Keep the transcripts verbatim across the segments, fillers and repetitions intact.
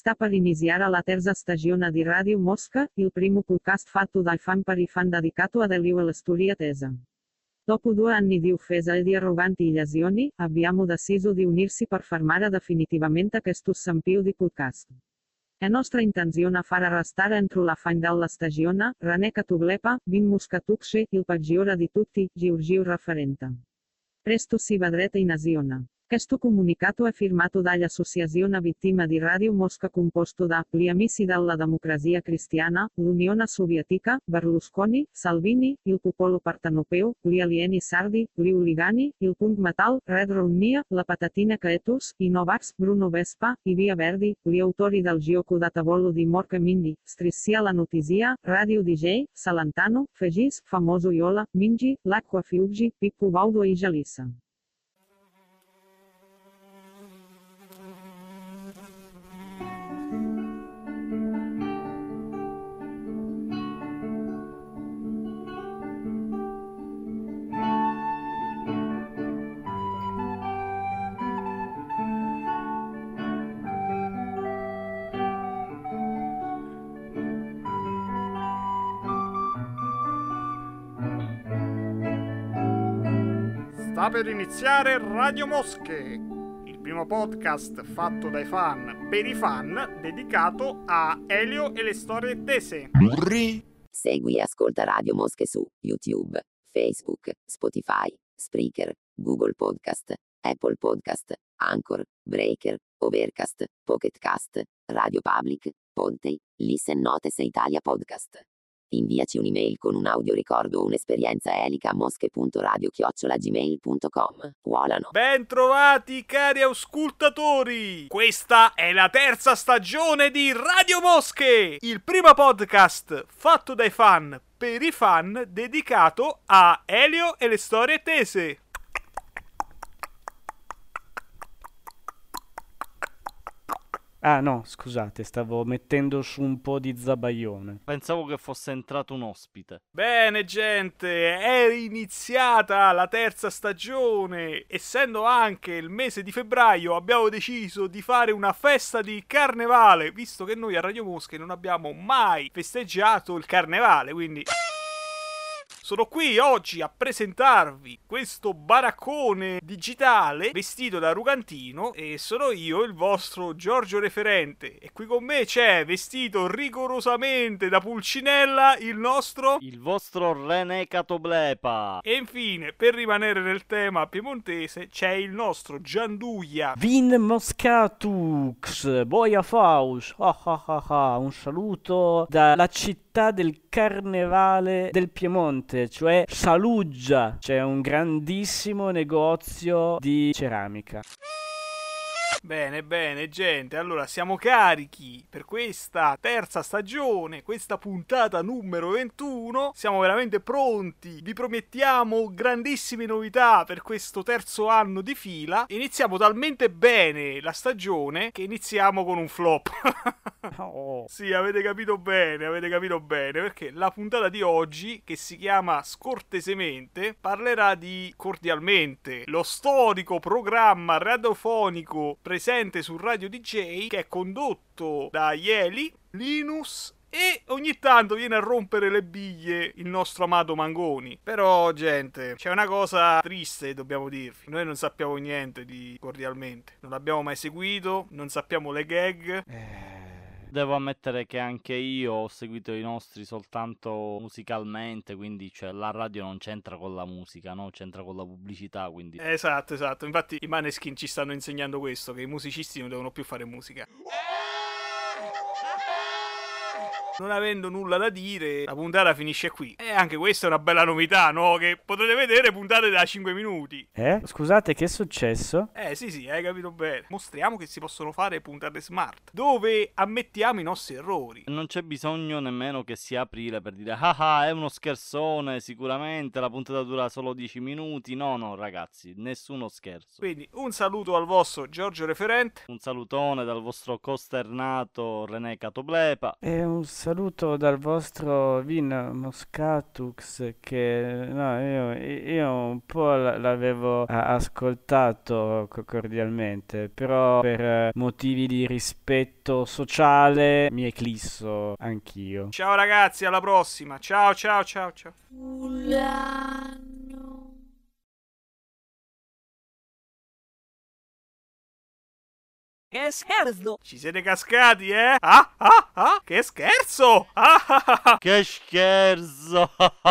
Sta per iniziare la terza stagione di Radio Mosca, il primo podcast fatto dai fan per i fan dedicato ad Elio e la storia tesa. Dopo due anni di offesa e di arroganti illazioni, abbiamo deciso di unirsi per fermare definitivamente questo sempio di podcast. È nostra intenzione far arrestare entro la fine della stagione, René Catoblepa, Vin Muscatucci, il peggiore di tutti, Giorgio Raffarenta. Presto si vedrete in azione. Questo comunicato è firmato dall'Associazione Vittima di Radio Mosca composto da gli amici della democrazia cristiana, l'Unione Sovietica, Berlusconi, Salvini, il popolo partenopeo, gli alieni sardi, gli uligani, il punk metal, Red Ronnia, la patatina Caetus, i Novax, Bruno Vespa, i Via Verdi, gli autori del gioco da tavolo di Morca Mindy, Striscia la Notizia, Radio D J, Salentano, Fegis, Famoso Iola, Mingi, L'Acqua Fiuggi, Pippo Baudo e Jalissa. Sta per iniziare Radio Mosche, il primo podcast fatto dai fan per i fan dedicato a Elio e le storie tese. Segui e ascolta Radio Mosche su YouTube, Facebook, Spotify, Spreaker, Google Podcast, Apple Podcast, Anchor, Breaker, Overcast, Pocket Cast, Radio Public, Podtail, Listen Notes e Italia Podcast. Inviaci un'email con un audio ricordo o un'esperienza elica a mosche punto radio chiocciola gmail punto com. Volano. Ben trovati cari auscultatori! Questa è la terza stagione di Radio Mosche, il primo podcast fatto dai fan per i fan dedicato a Elio e le storie tese. Ah no, scusate, stavo mettendo su un po' di zabaione. Pensavo che fosse entrato un ospite. Bene gente, è iniziata la terza stagione. Essendo anche il mese di febbraio abbiamo deciso di fare una festa di carnevale, visto che noi a Radio Mosche non abbiamo mai festeggiato il carnevale, quindi... Sono qui oggi a presentarvi questo baraccone digitale vestito da Rugantino e sono io, il vostro Giorgio Referente. E qui con me c'è, vestito rigorosamente da Pulcinella, il nostro... Il vostro René Catoblepa. E infine, per rimanere nel tema piemontese, c'è il nostro Gianduia. Vin Moscatux, boia faus, ah ah ah ah, un saluto dalla città del carnevale del Piemonte, cioè Saluggia. C'è un grandissimo negozio di ceramica. Bene, bene, gente, allora siamo carichi per questa terza stagione, questa puntata numero ventuno, siamo veramente pronti, vi promettiamo grandissime novità per questo terzo anno di fila. Iniziamo talmente bene la stagione che iniziamo con un flop. Oh. Sì, avete capito bene, avete capito bene, perché la puntata di oggi, che si chiama Scortesemente, parlerà di Cordialmente, lo storico programma radiofonico presente su Radio D J, che è condotto da Ieli, Linus e ogni tanto viene a rompere le biglie il nostro amato Mangoni. Però, gente, c'è una cosa triste, dobbiamo dirvi. Noi non sappiamo niente di Cordialmente. Non l'abbiamo mai seguito, non sappiamo le gag. Eh... Devo ammettere che anche io ho seguito i nostri soltanto musicalmente, quindi cioè la radio non c'entra con la musica, no? C'entra con la pubblicità, quindi... Esatto, esatto. Infatti i Maneskin ci stanno insegnando questo, che i musicisti non devono più fare musica. Non avendo nulla da dire, la puntata finisce qui. E anche questa è una bella novità, no? Che potrete vedere puntate da cinque minuti. Eh? Scusate, che è successo? Eh sì sì, hai capito bene. Mostriamo che si possono fare puntate smart, dove ammettiamo i nostri errori. Non c'è bisogno nemmeno che sia aprile per dire ah ah, è uno scherzone, sicuramente la puntata dura solo dieci minuti. No, no ragazzi, nessuno scherzo. Quindi un saluto al vostro Giorgio Referente. Un salutone dal vostro costernato René Catoblepa. E un saluto saluto dal vostro Vin Moscatux che no, io, io un po' l- l'avevo a- ascoltato co- cordialmente, però per eh, motivi di rispetto sociale mi eclisso anch'io. Ciao ragazzi, alla prossima. Ciao, ciao, ciao, ciao. Che scherzo! Ci siete cascati, eh? Ah, ah, ah, che scherzo! Ah, ah, ah, ah. Che scherzo!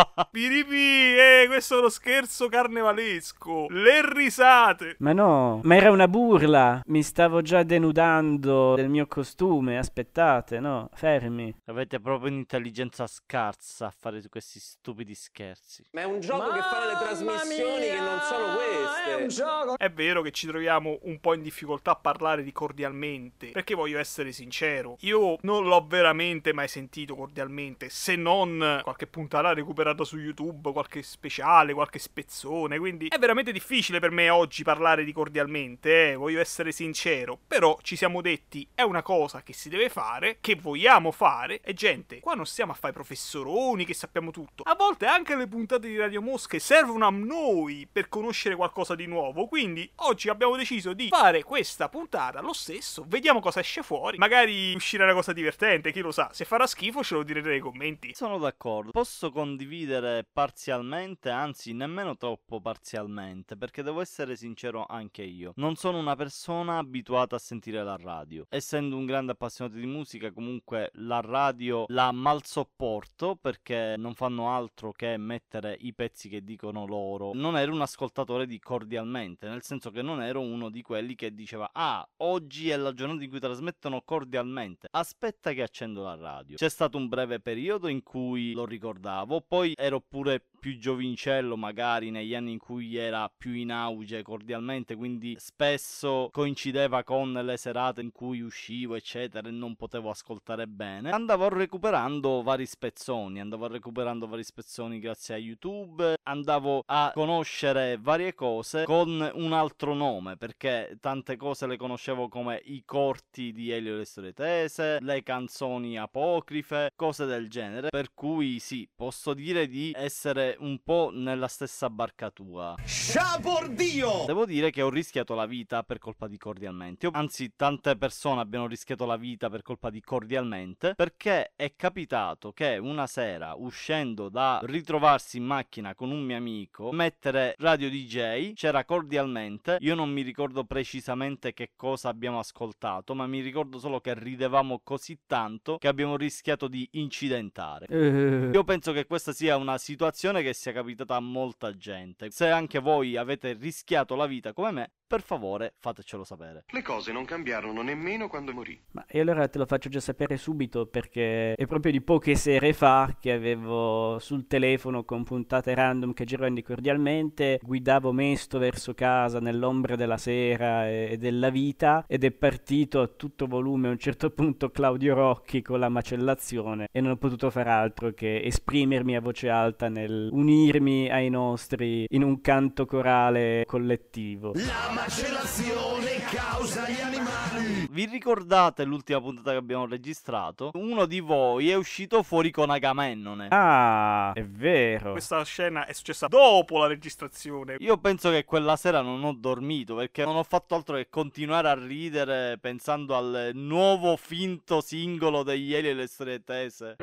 Piripi, eh, questo è uno scherzo carnevalesco. Le risate. Ma no, ma era una burla. Mi stavo già denudando del mio costume. Aspettate, no, fermi. Avete proprio un'intelligenza scarsa a fare questi stupidi scherzi. Ma è un gioco che fa le trasmissioni che non sono queste. È un gioco! È vero che ci troviamo un po' in difficoltà a parlare di cordialmente, perché voglio essere sincero, io non l'ho veramente mai sentito cordialmente, se non qualche puntata recuperata su YouTube, qualche speciale, qualche spezzone, quindi è veramente difficile per me oggi parlare di cordialmente, eh, voglio essere sincero, però ci siamo detti è una cosa che si deve fare, che vogliamo fare, e gente, qua non stiamo a fare professoroni che sappiamo tutto, a volte anche le puntate di Radio Mosche servono a noi per conoscere qualcosa di nuovo, quindi oggi abbiamo deciso di fare questa puntata lo stesso, vediamo cosa esce fuori, magari uscirà una cosa divertente, chi lo sa, se farà schifo ce lo direte nei commenti. Sono d'accordo, posso condividere parzialmente, anzi nemmeno troppo parzialmente, perché devo essere sincero anche io. Non sono una persona abituata a sentire la radio. Essendo un grande appassionato di musica, comunque la radio la mal sopporto perché non fanno altro che mettere i pezzi che dicono loro. Non ero un ascoltatore di cordialmente, nel senso che non ero uno di quelli che diceva ah, oggi è la giornata in cui trasmettono cordialmente, aspetta che accendo la radio. C'è stato un breve periodo in cui lo ricordavo, poi ero pure più giovincello magari negli anni in cui era più in auge cordialmente, quindi spesso coincideva con le serate in cui uscivo eccetera e non potevo ascoltare bene. Andavo recuperando vari spezzoni, andavo recuperando vari spezzoni grazie a YouTube, andavo a conoscere varie cose con un altro nome, perché tante cose le conoscevo come i corti di Elio e le storie tese, le canzoni apocrife, cose del genere, per cui sì, posso dire di essere un po' nella stessa barcatura. Sciabordio! Devo dire che ho rischiato la vita per colpa di cordialmente, anzi tante persone abbiano rischiato la vita per colpa di cordialmente, perché è capitato che una sera, uscendo da ritrovarsi in macchina con un mio amico, mettere radio D J, c'era cordialmente, io non mi ricordo precisamente che cosa abbiamo ascoltato, ma mi ricordo solo che ridevamo così tanto che abbiamo rischiato di incidentare. Eh, Io penso che questa sia una situazione che sia capitata a molta gente. Se anche voi avete rischiato la vita come me, per favore fatecelo sapere. Le cose non cambiarono nemmeno quando morì. Ma e allora te lo faccio già sapere subito perché è proprio di poche sere fa che avevo sul telefono con puntate random che giravano di cordialmente, guidavo mesto verso casa nell'ombra della sera e, e della vita ed è partito a tutto volume a un certo punto Claudio Rocchi con la macellazione e non ho potuto far altro che esprimermi a voce alta nel unirmi ai nostri in un canto corale collettivo. La macellazione causa gli animali. Vi ricordate l'ultima puntata che abbiamo registrato? Uno di voi è uscito fuori con Agamennone. Ah, è vero. Questa scena è successa dopo la registrazione. Io penso che quella sera non ho dormito perché non ho fatto altro che continuare a ridere pensando al nuovo finto singolo degli Eli e le storie tese.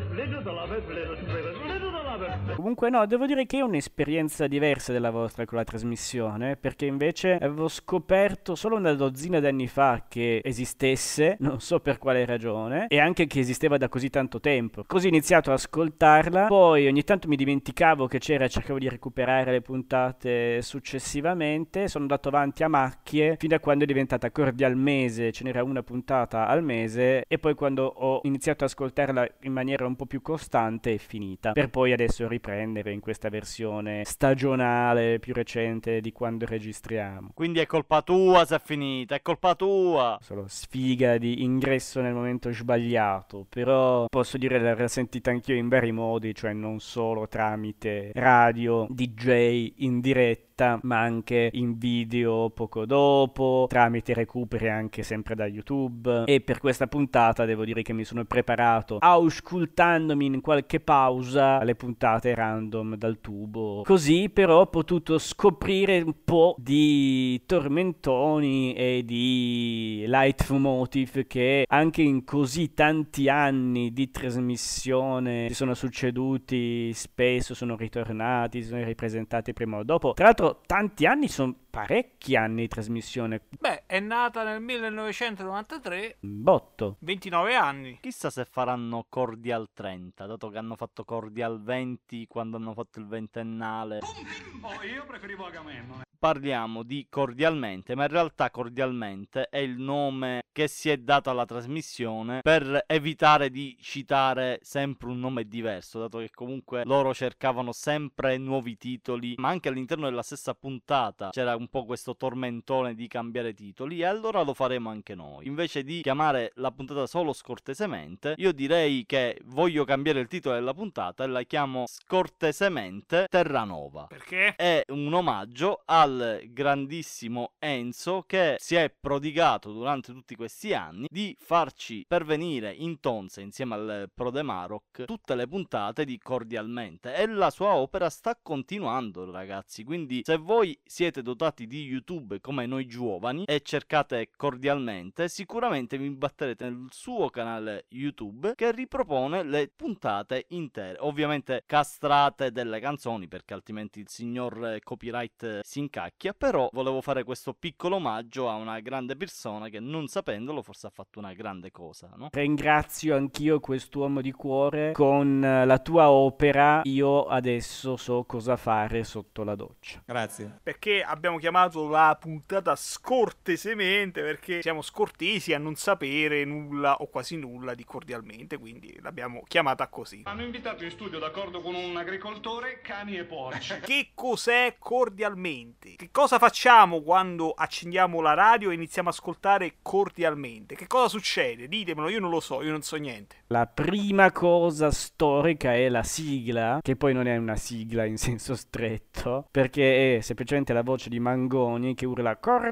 Comunque no, devo dire che è un'esperienza diversa della vostra con la trasmissione, perché invece avevo scoperto solo una dozzina di anni fa che esistesse, non so per quale ragione, e anche che esisteva da così tanto tempo. Così ho iniziato ad ascoltarla, poi ogni tanto mi dimenticavo che c'era e cercavo di recuperare le puntate successivamente, sono andato avanti a macchie fino a quando è diventata cordialmese, ce n'era una puntata al mese, e poi quando ho iniziato ad ascoltarla in maniera un po' più costante è finita, per poi adesso riprendere in questa versione stagionale più recente di quando registriamo. Quindi è colpa tua se è finita, è colpa tua. Solo sfiga di ingresso nel momento sbagliato, però posso dire l'aver sentita anch'io in vari modi, cioè non solo tramite radio, D J in diretta, diretta, ma anche in video poco dopo, tramite recuperi anche sempre da YouTube. E per questa puntata devo dire che mi sono preparato auscultandomi in qualche pausa le puntate random dal tubo. Così però ho potuto scoprire un po' di tormentoni e di leitmotiv che anche in così tanti anni di trasmissione si sono succeduti spesso, sono ritornati, si sono ripresentati prima o dopo. Tra l'altro tanti anni sono parecchi anni di trasmissione. Beh, è nata nel millenovecentonovantatré. Botto. ventinove anni. Chissà se faranno Cordial trenta, dato che hanno fatto Cordial venti quando hanno fatto il ventennale. Oh, io preferivo Agamennone. Parliamo di Cordialmente, ma in realtà Cordialmente è il nome che si è dato alla trasmissione per evitare di citare sempre un nome diverso, dato che comunque loro cercavano sempre nuovi titoli, ma anche all'interno della stessa puntata c'era un po' questo tormentone di cambiare titoli, e allora lo faremo anche noi. Invece di chiamare la puntata solo Scortesemente, io direi che voglio cambiare il titolo della puntata e la chiamo Scortesemente Terranova. Perché? È un omaggio al grandissimo Enzo, che si è prodigato durante tutti questi anni di farci pervenire in tonze insieme al Pro de Maroc tutte le puntate di Cordialmente, e la sua opera sta continuando, ragazzi. Quindi se voi siete dotati di YouTube come noi giovani e cercate Cordialmente, sicuramente vi batterete nel suo canale YouTube che ripropone le puntate intere, ovviamente castrate delle canzoni, perché altrimenti il signor copyright si incacchia. Però volevo fare questo piccolo omaggio a una grande persona che, non sapendolo, forse ha fatto una grande cosa, no? Ringrazio anch'io quest'uomo di cuore. Con la tua opera io adesso so cosa fare sotto la doccia. Grazie. Perché abbiamo chiamato la puntata Scortesemente? Perché siamo scortesi a non sapere nulla o quasi nulla di Cordialmente, quindi l'abbiamo chiamata così. Hanno invitato in studio, d'accordo con un agricoltore, cani e porci. Che cos'è Cordialmente? Che cosa facciamo quando accendiamo la radio e iniziamo a ascoltare Cordialmente? Che cosa succede? Ditemelo, io non lo so, io non so niente. La prima cosa storica è la sigla, che poi non è una sigla in senso stretto, perché è semplicemente la voce di Mangoni che urla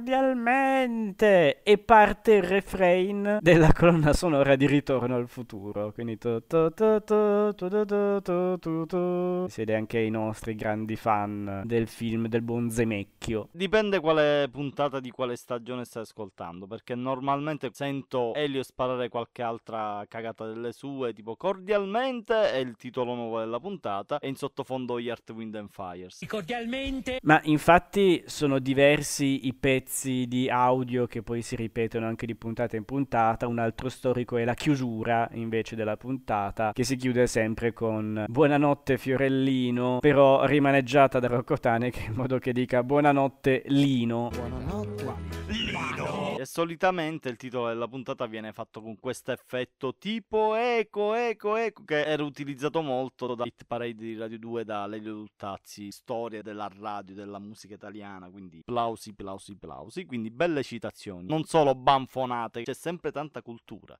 cordialmente e parte il refrain della colonna sonora di Ritorno al futuro. Quindi tu, tu, tu, tu, tu, tu, tu, tu, tu, tu. Siete anche i nostri grandi fan del film del buon Zemecchio. Dipende quale puntata di quale stagione stai ascoltando, perché normalmente sento Elio sparare qualche altra cagata delle sue, tipo Cordialmente è il titolo nuovo della puntata, e in sottofondo Earth, Wind and Fires. Cordialmente. Ma infatti sono diversi i pezzi di audio che poi si ripetono anche di puntata in puntata. Un altro storico è la chiusura invece della puntata, che si chiude sempre con Buonanotte Fiorellino, però rimaneggiata da Rocco Tanek in modo che dica Buonanotte Lino. Buonanotte Lino. E solitamente il titolo della puntata viene fatto con questo effetto tipo eco, eco, eco, che era utilizzato molto da Hit Parade di Radio due, da Lelio Luttazzi, storia della radio, della musica italiana, quindi plausi, plausi, plausi, quindi belle citazioni, non solo banfonate, c'è sempre tanta cultura.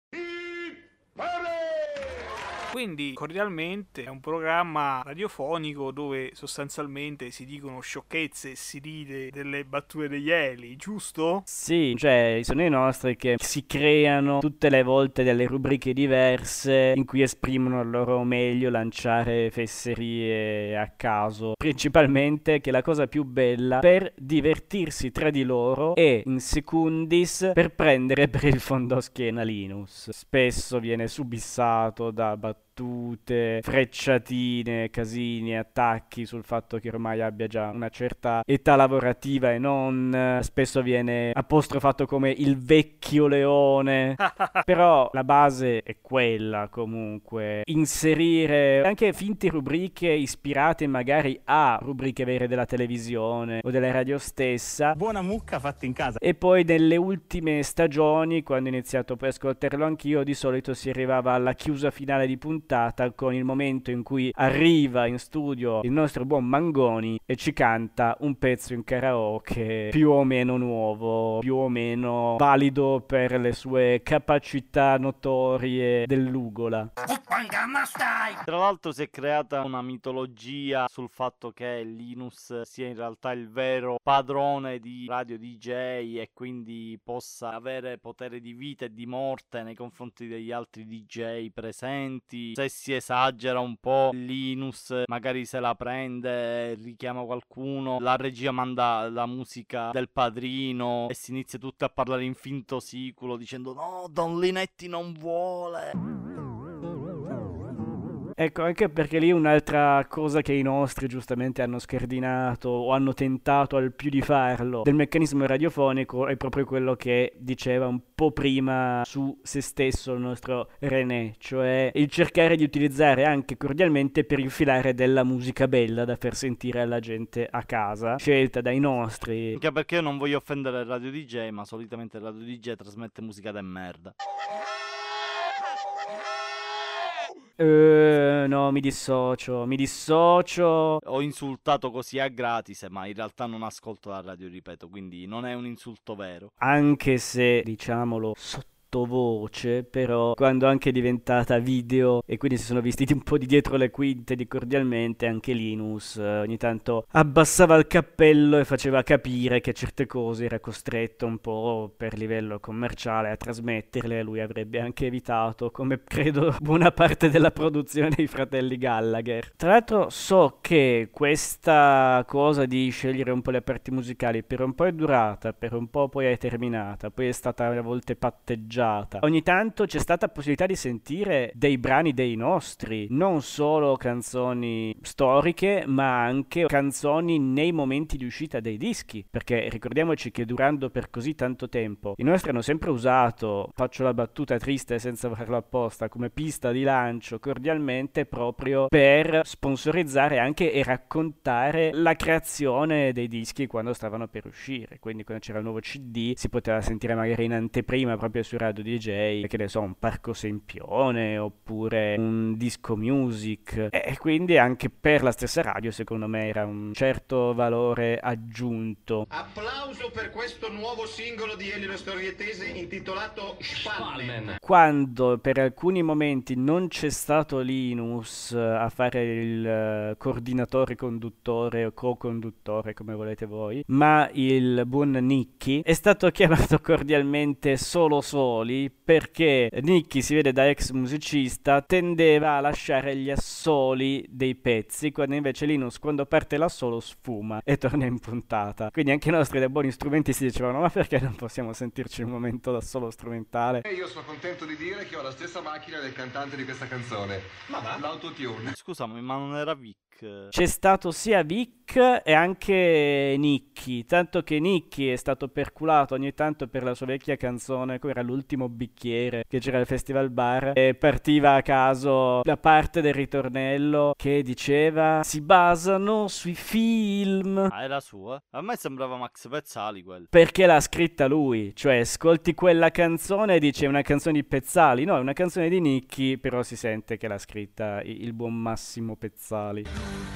Quindi Cordialmente è un programma radiofonico dove sostanzialmente si dicono sciocchezze e si ride delle battute degli Eli, giusto? Sì, cioè sono i nostri che si creano tutte le volte delle rubriche diverse in cui esprimono il loro meglio, lanciare fesserie a caso, principalmente, che è la cosa più bella, per divertirsi tra di loro e in secundis per prendere per il fondoschiena Linus. Spesso viene subissato da battute, frecciatine, casini, attacchi sul fatto che ormai abbia già una certa età lavorativa e non. Spesso viene apostrofato come il vecchio leone. Però la base è quella, comunque. Inserire anche finte rubriche ispirate magari a rubriche vere della televisione o della radio stessa. Buona mucca fatta in casa. E poi nelle ultime stagioni, quando ho iniziato poi a ascoltarlo anch'io, di solito si arrivava alla chiusa finale di puntata puntata con il momento in cui arriva in studio il nostro buon Mangoni e ci canta un pezzo in karaoke più o meno nuovo, più o meno valido per le sue capacità notorie dell'ugola. Tra l'altro si è creata una mitologia sul fatto che Linus sia in realtà il vero padrone di radio D J e quindi possa avere potere di vita e di morte nei confronti degli altri D J presenti. Se si esagera un po', Linus magari se la prende, richiama qualcuno, la regia manda la musica del padrino e si inizia tutti a parlare in finto siculo dicendo no, Don Linetti non vuole. Ecco, anche perché lì un'altra cosa che i nostri giustamente hanno scardinato o hanno tentato al più di farlo del meccanismo radiofonico è proprio quello che diceva un po' prima su se stesso il nostro René, cioè il cercare di utilizzare anche cordialmente per infilare della musica bella da far sentire alla gente a casa, scelta dai nostri. Anche perché io non voglio offendere il radio D J, ma solitamente il radio D J trasmette musica de merda. Uh, no, mi dissocio, mi dissocio. Ho insultato così a gratis, ma in realtà non ascolto la radio, ripeto, quindi non è un insulto vero. Anche se, diciamolo, sottovoce, però quando anche è diventata video e quindi si sono vestiti un po' di dietro le quinte di cordialmente, anche Linus eh, ogni tanto abbassava il cappello e faceva capire che certe cose era costretto un po' per livello commerciale a trasmetterle. Lui avrebbe anche evitato, come credo buona parte della produzione dei fratelli Gallagher. Tra l'altro so che questa cosa di scegliere un po' le parti musicali per un po' è durata, per un po' poi è terminata, poi è stata a volte patteggiata. Ogni tanto c'è stata possibilità di sentire dei brani dei nostri, non solo canzoni storiche, ma anche canzoni nei momenti di uscita dei dischi, perché ricordiamoci che durando per così tanto tempo i nostri hanno sempre usato, faccio la battuta triste senza farlo apposta, come pista di lancio cordialmente proprio per sponsorizzare anche e raccontare la creazione dei dischi quando stavano per uscire. Quindi quando c'era il nuovo C D si poteva sentire magari in anteprima proprio su Radio D J, che ne so, un Parco Sempione oppure un Disco Music, e quindi anche per la stessa radio secondo me era un certo valore aggiunto. Applauso per questo nuovo singolo di Elio Storietese intitolato Spalmen. Quando per alcuni momenti non c'è stato Linus a fare il coordinatore, conduttore o co-conduttore come volete voi, ma il buon Nicky, è stato chiamato cordialmente Solo Soli, perché Nicky, si vede da ex musicista, tendeva a lasciare gli assoli dei pezzi, quando invece Linus quando parte l'assolo sfuma e torna in puntata. Quindi anche i nostri da buoni strumenti si dicevano ma perché non possiamo sentirci un momento da solo strumentale? E io sono contento di dire che ho la stessa macchina del cantante di questa canzone, ma va? L'autotune. Scusami, ma non era Vic? C'è stato sia Vic e anche Nicky, tanto che Nicky è stato perculato ogni tanto per la sua vecchia canzone, come era L'ultimo bicchiere, che c'era al Festival Bar, e partiva a caso la parte del ritornello che diceva si basano sui film. Ah, era sua? A me sembrava Max Pezzali quello. Perché l'ha scritta lui, cioè ascolti quella canzone e dice è una canzone di Pezzali, no, è una canzone di Nicky, però si sente che l'ha scritta il buon Massimo Pezzali.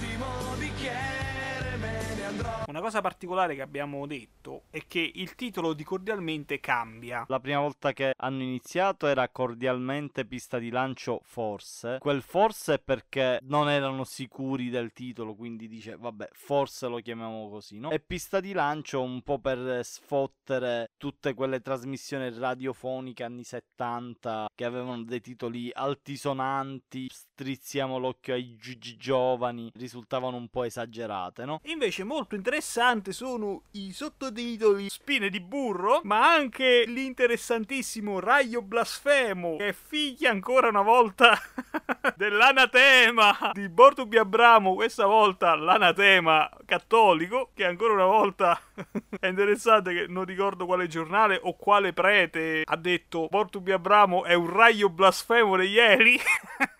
Una cosa particolare che abbiamo detto è che il titolo di Cordialmente cambia. La prima volta che hanno iniziato era Cordialmente Pista di Lancio Forse. Quel forse è perché non erano sicuri del titolo, quindi dice vabbè, forse lo chiamiamo così, no? E Pista di Lancio un po' per sfottere tutte quelle trasmissioni radiofoniche anni settanta che avevano dei titoli altisonanti, strizziamo l'occhio ai gi- gi- giovani, risultavano un po' esagerate, no? Invece molto interessante sono i sottotitoli Spine di burro, ma anche l'interessantissimo Raio Blasfemo, che è figlia ancora una volta dell'anatema di Bortubi Abramo, questa volta l'anatema cattolico, che ancora una volta è interessante che non ricordo quale giornale o quale prete ha detto Bortubi Abramo è un raio blasfemo degli Eli.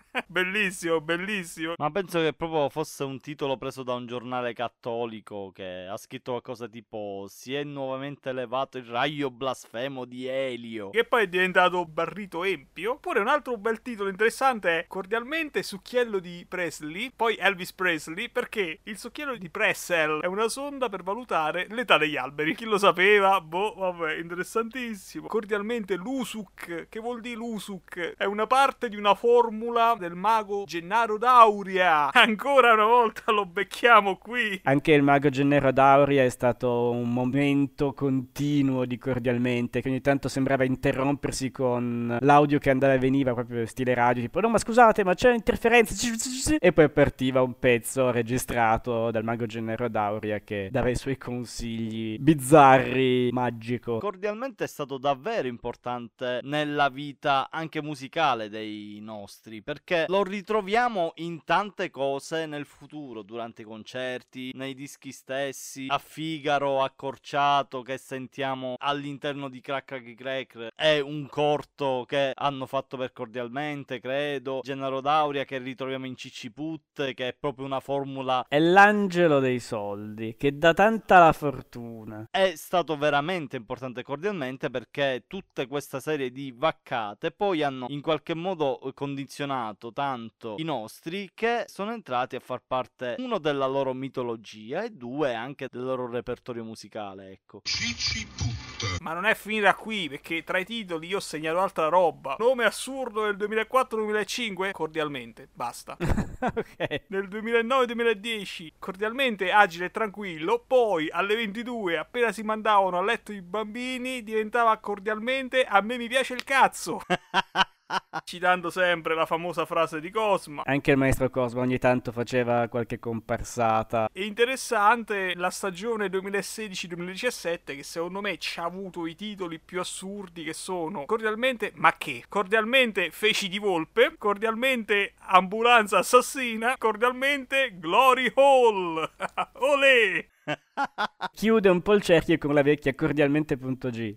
Bellissimo, bellissimo. Ma penso che proprio fosse un titolo preso da un giornale cattolico che ha scritto qualcosa tipo si è nuovamente elevato il raggio blasfemo di Elio, che poi è diventato Barrito Empio. Oppure un altro bel titolo interessante è cordialmente Succhiello di Presley, poi Elvis Presley, perché il succhiello di Pressel è una sonda per valutare l'età degli alberi. Chi lo sapeva? Boh, vabbè, interessantissimo. Cordialmente Lusuk, che vuol dire Lusuk? È una parte di una formula del mago Gennaro Dauria. Ancora una volta lo becchiamo qui. Anche il mago Gennaro Dauria è stato un momento continuo di cordialmente, che ogni tanto sembrava interrompersi con l'audio che andava e veniva proprio stile radio, tipo no ma scusate ma c'è un'interferenza, e poi partiva un pezzo registrato dal mago Gennaro Dauria che dava i suoi consigli bizzarri, magico. Cordialmente è stato davvero importante nella vita anche musicale dei nostri, perché lo ritroviamo in tante cose nel futuro, durante i concerti, nei dischi stessi, a Figaro accorciato che sentiamo all'interno di Crack Crack è un corto che hanno fatto per cordialmente, credo. Gennaro Dauria che ritroviamo in Cicci Put, che è proprio una formula. È l'angelo dei soldi che dà tanta la fortuna. È stato veramente importante cordialmente perché tutta questa serie di vaccate poi hanno in qualche modo condizionato tanto i nostri, che sono entrati a far parte, uno, della loro mitologia e due anche del loro repertorio musicale, ecco. Cicci Put. Ma non è finita qui, perché tra i titoli io ho segnato altra roba. Nome assurdo del duemilaquattro duemilacinque, cordialmente, basta. Ok. Nel duemilanove duemiladieci, cordialmente agile e tranquillo. Poi alle ventidue, appena si mandavano a letto i bambini, diventava cordialmente a me mi piace il cazzo. Citando sempre la famosa frase di Cosma. Anche il maestro Cosma ogni tanto faceva qualche comparsata. È interessante la stagione duemilasedici duemiladiciassette, che secondo me ci ha avuto i titoli più assurdi, che sono cordialmente ma che? Cordialmente Feci di Volpe, cordialmente Ambulanza Assassina, cordialmente Glory Hall. Olè! Chiude un po' il cerchio con la vecchia cordialmente.g.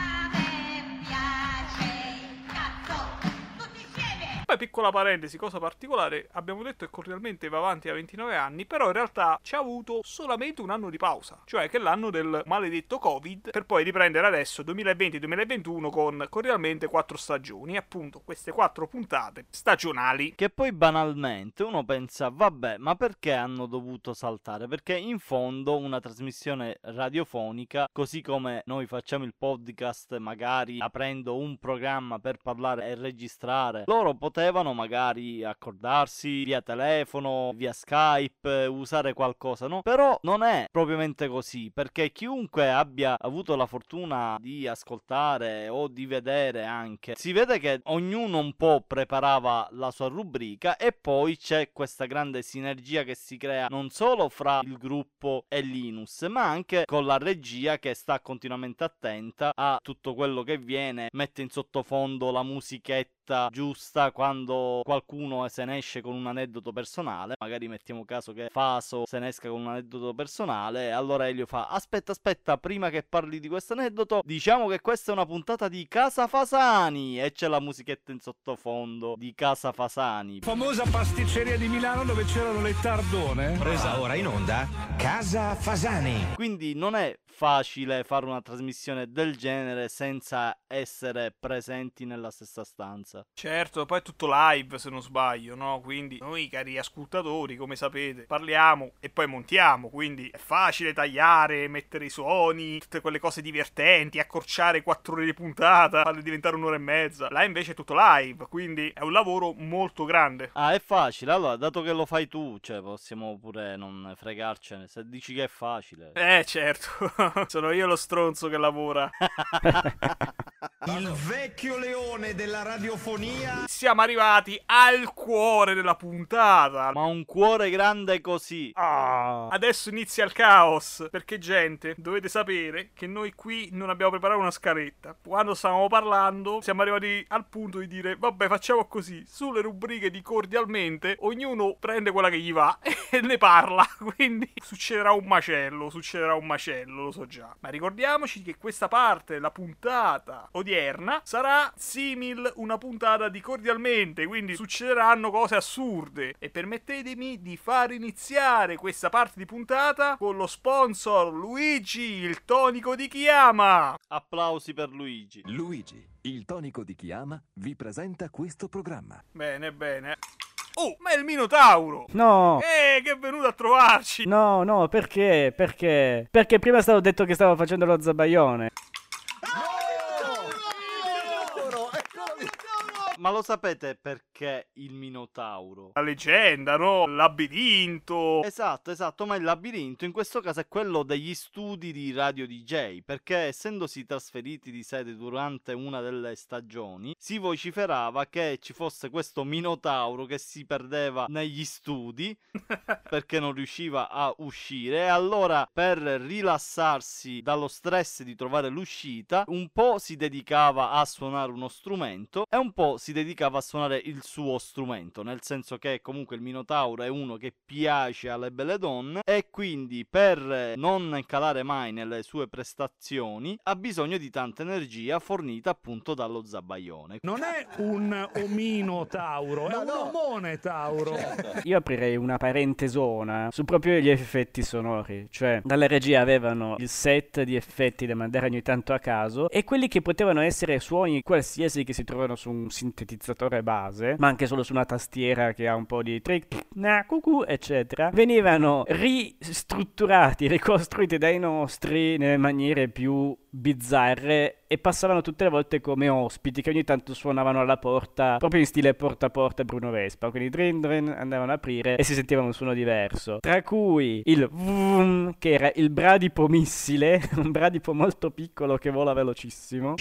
Poi piccola parentesi, cosa particolare, abbiamo detto che cordialmente va avanti a ventinove anni, però in realtà ci ha avuto solamente un anno di pausa, cioè che è l'anno del maledetto Covid, per poi riprendere adesso duemilaventi duemilaventuno con cordialmente quattro stagioni, appunto queste quattro puntate stagionali. Che poi banalmente uno pensa, vabbè, ma perché hanno dovuto saltare? Perché in fondo una trasmissione radiofonica, così come noi facciamo il podcast magari aprendo un programma per parlare e registrare, loro potevano potevano magari accordarsi via telefono, via Skype, usare qualcosa, no? Però non è propriamente così, perché chiunque abbia avuto la fortuna di ascoltare o di vedere anche, si vede che ognuno un po' preparava la sua rubrica e poi c'è questa grande sinergia che si crea non solo fra il gruppo e Linus, ma anche con la regia che sta continuamente attenta a tutto quello che viene, mette in sottofondo la musichetta giusta quando qualcuno se ne esce con un aneddoto personale, magari mettiamo caso che Faso se ne esca con un aneddoto personale, allora Elio fa aspetta aspetta prima che parli di questo aneddoto diciamo che questa è una puntata di Casa Fasani e c'è la musichetta in sottofondo di Casa Fasani, famosa pasticceria di Milano dove c'erano le tardone, presa ora in onda Casa Fasani. Quindi non è facile fare una trasmissione del genere senza essere presenti nella stessa stanza. Certo, poi è tutto live se non sbaglio, no? Quindi noi cari ascoltatori, come sapete, parliamo e poi montiamo, quindi è facile tagliare, mettere i suoni, tutte quelle cose divertenti, accorciare quattro ore di puntata, farle diventare un'ora e mezza. Là invece è tutto live, quindi è un lavoro molto grande. Ah, è facile, allora dato che lo fai tu, cioè possiamo pure non fregarcene, se dici che è facile. Eh certo. Sono io lo stronzo che lavora. Il vecchio leone della radiofonia. Siamo arrivati al cuore della puntata. Ma un cuore grande così. Ah. Adesso inizia il caos. Perché gente, dovete sapere che noi qui non abbiamo preparato una scaletta. Quando stavamo parlando siamo arrivati al punto di dire vabbè facciamo così. Sulle rubriche di cordialmente ognuno prende quella che gli va e ne parla. Quindi succederà un macello. Succederà un macello, lo so già. Ma ricordiamoci che questa parte, la puntata odierna, sarà simil una puntata di cordialmente cordialmente, quindi succederanno cose assurde. E permettetemi di far iniziare questa parte di puntata con lo sponsor Luigi, il tonico di chi ama. Applausi per Luigi. Luigi, il tonico di chi ama, vi presenta questo programma. Bene, bene. Oh, ma è il Minotauro! No! Eh, che è venuto a trovarci! No, no, perché? Perché? Perché prima stavo detto che stavo facendo lo zabaione. Ma lo sapete perché il Minotauro? La leggenda, no? Il labirinto. Esatto, esatto, ma il labirinto in questo caso è quello degli studi di Radio D J, perché essendosi trasferiti di sede durante una delle stagioni, si vociferava che ci fosse questo Minotauro che si perdeva negli studi perché non riusciva a uscire, e allora per rilassarsi dallo stress di trovare l'uscita, un po' si dedicava a suonare uno strumento e un po' si dedicava a suonare il suo strumento, nel senso che comunque il Minotauro è uno che piace alle belle donne e quindi per non calare mai nelle sue prestazioni ha bisogno di tanta energia fornita appunto dallo zabaione. Non è un ominotauro, è un omonetauro. Io aprirei una parentesona su proprio gli effetti sonori, cioè dalla regia avevano il set di effetti da mandare ogni tanto a caso e quelli che potevano essere suoni qualsiasi che si trovano su un sintetizzatore base, ma anche solo su una tastiera che ha un po' di trick, na, cucù, eccetera, venivano ristrutturati, ricostruiti dai nostri nelle maniere più bizzarre e passavano tutte le volte come ospiti che ogni tanto suonavano alla porta, proprio in stile porta a porta Bruno Vespa, quindi drin drin andavano ad aprire e si sentiva un suono diverso, tra cui il vroom, che era il bradipo missile, un bradipo molto piccolo che vola velocissimo,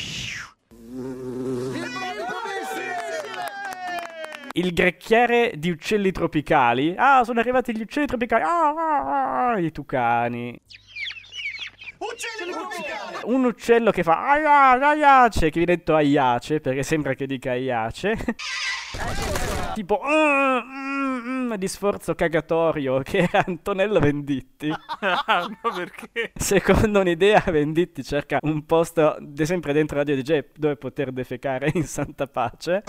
il grecchiare di uccelli tropicali. Ah, sono arrivati gli uccelli tropicali. Ah, ah, ah, i tucani. Uccelli tropicali! Un uccello che fa aia, aiace, che viene detto aiace, perché sembra che dica aiace. Tipo mm, mm, mm, di sforzo cagatorio, che era Antonello Venditti. Ma perché? Secondo un'idea, Venditti cerca un posto de- sempre dentro Radio D J dove poter defecare in santa pace.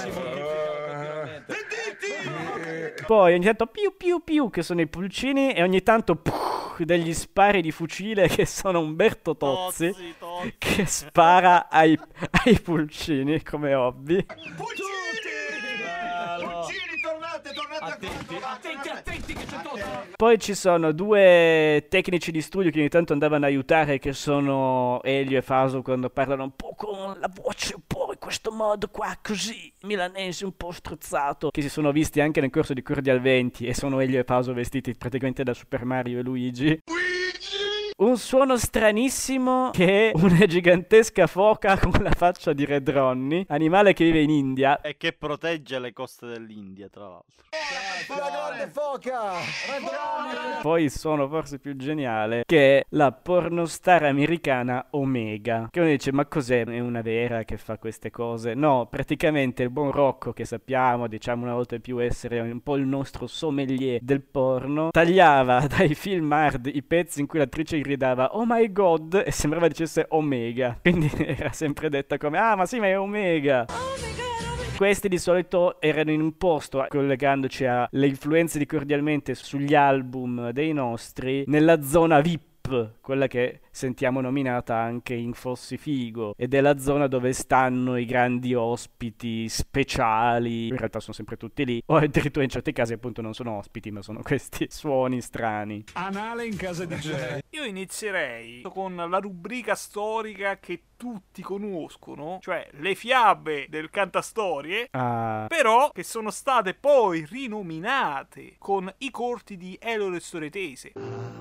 Poi ogni tanto piu piu piu, che sono i pulcini, e ogni tanto puh, degli spari di fucile che sono Umberto Tozzi, Tozzi, Tozzi. che spara ai, ai pulcini come hobby. Pulcini! Pulcini, tornate, tornate attenti, attenti, attenti che c'è Tozzi! Poi ci sono due tecnici di studio che ogni tanto andavano a aiutare, che sono Elio e Faso, quando parlano un po' con la voce un po' in questo modo qua, così, milanese un po' strozzato, che si sono visti anche nel corso di Cordial venti e sono Elio e Faso vestiti praticamente da Super Mario e Luigi. Un suono stranissimo che è una gigantesca foca con la faccia di Red Ronnie, animale che vive in India e che protegge le coste dell'India, tra l'altro. La grande foca! Poi il suono forse più geniale, che è la pornostar americana Omega, che uno dice ma cos'è? È una vera che fa queste cose? No, praticamente il buon Rocco, che sappiamo diciamo una volta di più essere un po' il nostro sommelier del porno, tagliava dai film hard i pezzi in cui l'attrice gridava oh my god e sembrava dicesse Omega, quindi era sempre detta come ah ma sì ma è Omega. Questi di solito erano in un posto, collegandoci alle influenze di Cordialmente sugli album dei nostri, nella zona V I P, quella che sentiamo nominata anche in Fossi Figo, ed è la zona dove stanno i grandi ospiti speciali, in realtà sono sempre tutti lì, o addirittura in certi casi appunto non sono ospiti ma sono questi suoni strani. Anale in casa di Jay. Io inizierei con la rubrica storica che tutti conoscono, cioè le fiabe del Cantastorie, Ah. però che sono state poi rinominate con i corti di Elio le Storie Tese.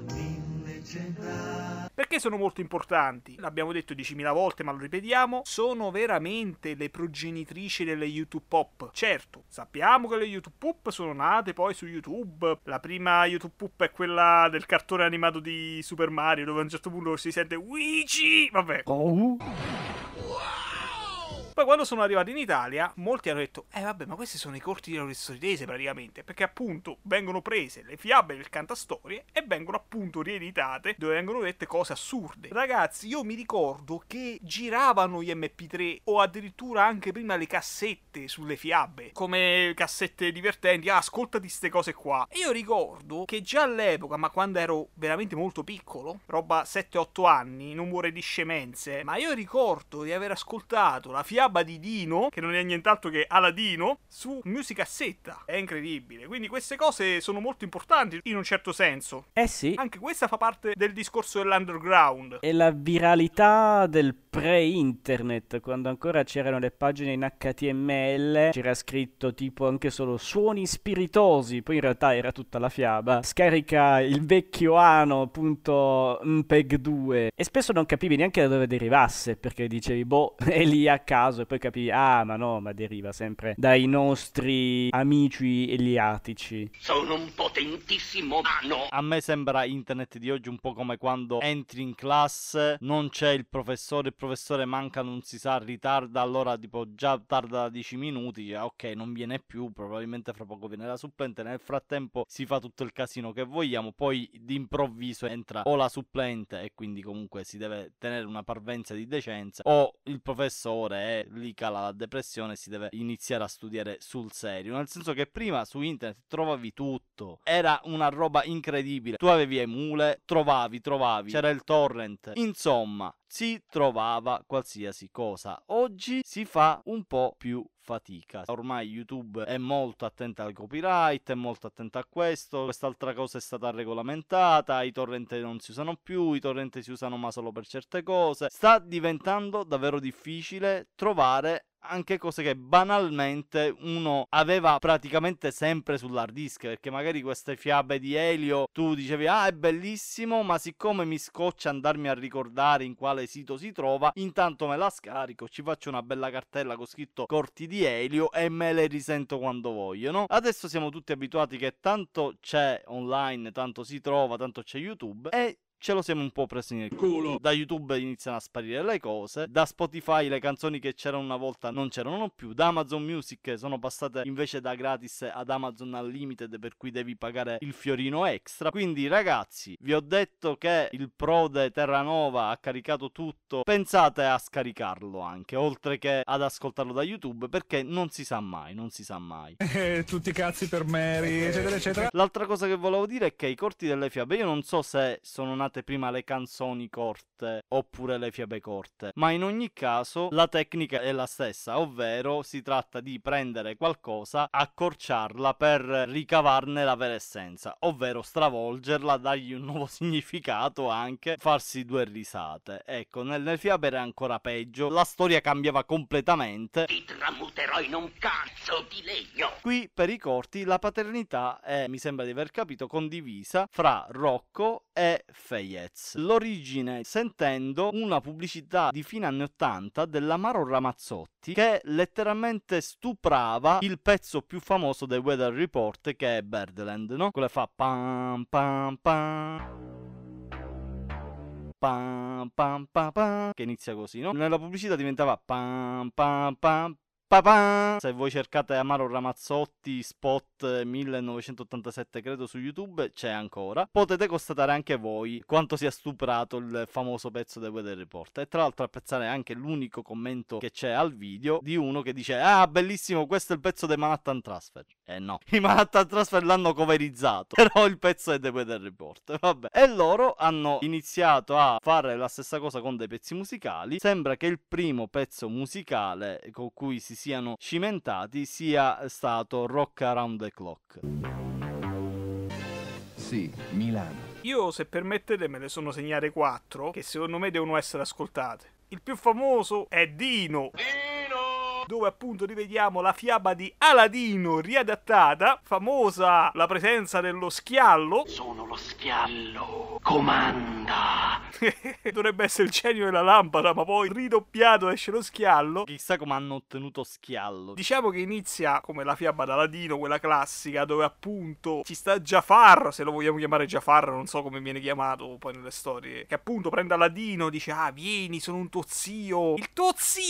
Perché sono molto importanti? L'abbiamo detto diecimila volte, ma lo ripetiamo, sono veramente le progenitrici delle YouTube Pop. Certo, sappiamo che le YouTube Pop sono nate poi su YouTube. La prima YouTube Pop è quella del cartone animato di Super Mario, dove a un certo punto si sente Luigi. Vabbè. Oh. Poi quando sono arrivati in Italia, molti hanno detto, eh vabbè, ma questi sono i corti di Elio Storietese praticamente, perché appunto vengono prese le fiabe del cantastorie e vengono appunto rieditate, dove vengono dette cose assurde. Ragazzi, io mi ricordo che giravano gli emme pi tre o addirittura anche prima le cassette sulle fiabe, come cassette divertenti, ah, ascoltati ste cose qua. E io ricordo che già all'epoca, ma quando ero veramente molto piccolo, roba sette otto anni, non muore di scemenze, ma io ricordo di aver ascoltato la fiaba di Dino, che non è nient'altro che Aladino, su musicassetta. È incredibile. Quindi queste cose sono molto importanti in un certo senso. Eh sì. Anche questa fa parte del discorso dell'underground. E la viralità del pre-internet, quando ancora c'erano le pagine in acca ti emme elle, c'era scritto tipo anche solo suoni spiritosi, poi in realtà era tutta la fiaba. Scarica il vecchio ano punto emme pe ge due e spesso non capivi neanche da dove derivasse, perché dicevi boh, è lì a caso, e poi capivi ah ma no, ma deriva sempre dai nostri amici eliatici. Sono un potentissimo ano. A me sembra internet di oggi un po' come quando entri in classe, non c'è il professore, il professore manca, non si sa, ritarda, allora tipo già tarda dieci minuti, cioè, ok, non viene più, probabilmente fra poco viene la supplente, nel frattempo si fa tutto il casino che vogliamo, poi d'improvviso entra o la supplente e quindi comunque si deve tenere una parvenza di decenza, o il professore e lì cala la depressione e si deve iniziare a studiare sul serio, nel senso che prima su internet trovavi tutto, era una roba incredibile, tu avevi Emule, trovavi, trovavi, c'era il torrent, insomma si trovava qualsiasi cosa. Oggi si fa un po' più fatica. Ormai YouTube è molto attenta al copyright, è molto attenta a questo, quest'altra cosa è stata regolamentata, i torrent non si usano più, i torrent si usano ma solo per certe cose. Sta diventando davvero difficile trovare anche cose che banalmente uno aveva praticamente sempre sull'hard disk, perché magari queste fiabe di Elio tu dicevi ah è bellissimo, ma siccome mi scoccia andarmi a ricordare in quale sito si trova, intanto me la scarico, ci faccio una bella cartella con scritto corti di Elio e me le risento quando voglio, no? Adesso siamo tutti abituati che tanto c'è online, tanto si trova, tanto c'è YouTube e ce lo siamo un po' presi nel culo. Da YouTube iniziano a sparire le cose, da Spotify le canzoni che c'erano una volta non c'erano più, da Amazon Music sono passate invece da gratis ad Amazon Unlimited, per cui devi pagare il fiorino extra. Quindi ragazzi, vi ho detto che il prode Terranova ha caricato tutto, pensate a scaricarlo anche, oltre che ad ascoltarlo da YouTube, perché non si sa mai, non si sa mai. Eh, tutti i cazzi per Mary, eccetera eccetera. L'altra cosa che volevo dire è che i corti delle fiabe, io non so se sono nati prima le canzoni corte oppure le fiabe corte, ma in ogni caso la tecnica è la stessa, ovvero si tratta di prendere qualcosa, accorciarla per ricavarne la vera essenza, ovvero stravolgerla, dargli un nuovo significato, anche farsi due risate. Ecco, nelle fiabe era ancora peggio, la storia cambiava completamente. Ti tramuterò in un cazzo di legno. Qui per i corti la paternità è, mi sembra di aver capito, condivisa fra Rocco e Feyez. L'origine sentendo una pubblicità di fine anni ottanta dell'Amaro Ramazzotti che letteralmente stuprava il pezzo più famoso dei Weather Report, che è Birdland, no? Quello fa pam pam pam pam pam pam pam, che inizia così, no? Nella pubblicità diventava pam pam pam. Pa-pam! Se voi cercate Amaro Ramazzotti spot millenovecentottantasette credo su YouTube, c'è ancora. Potete constatare anche voi quanto sia stuprato il famoso pezzo del Weather Report. E tra l'altro apprezzare anche l'unico commento che c'è al video di uno che dice ah bellissimo, questo è il pezzo dei Manhattan Transfer. Eh no, i Manhattan Transfer l'hanno coverizzato, però il pezzo è del Weather Report. Vabbè. E loro hanno iniziato a fare la stessa cosa con dei pezzi musicali. Sembra che il primo pezzo musicale con cui si siano cimentati sia stato Rock Around the Clock. Sì, Milano. Io, se permettete, me ne sono segnate quattro che secondo me devono essere ascoltate. Il più famoso è Dino. Dino! Dove appunto rivediamo la fiaba di Aladino riadattata, famosa la presenza dello schiallo. Sono lo schiallo, comanda. Dovrebbe essere il genio della lampada, ma poi ridoppiato esce lo schiallo. Chissà come hanno ottenuto schiallo. Diciamo che inizia come la fiaba d'Aladino, quella classica, dove appunto ci sta Jafar, se lo vogliamo chiamare Jafar, non so come viene chiamato poi nelle storie, che appunto prende Aladino, dice ah vieni, sono un tuo zio, il tuo zietto,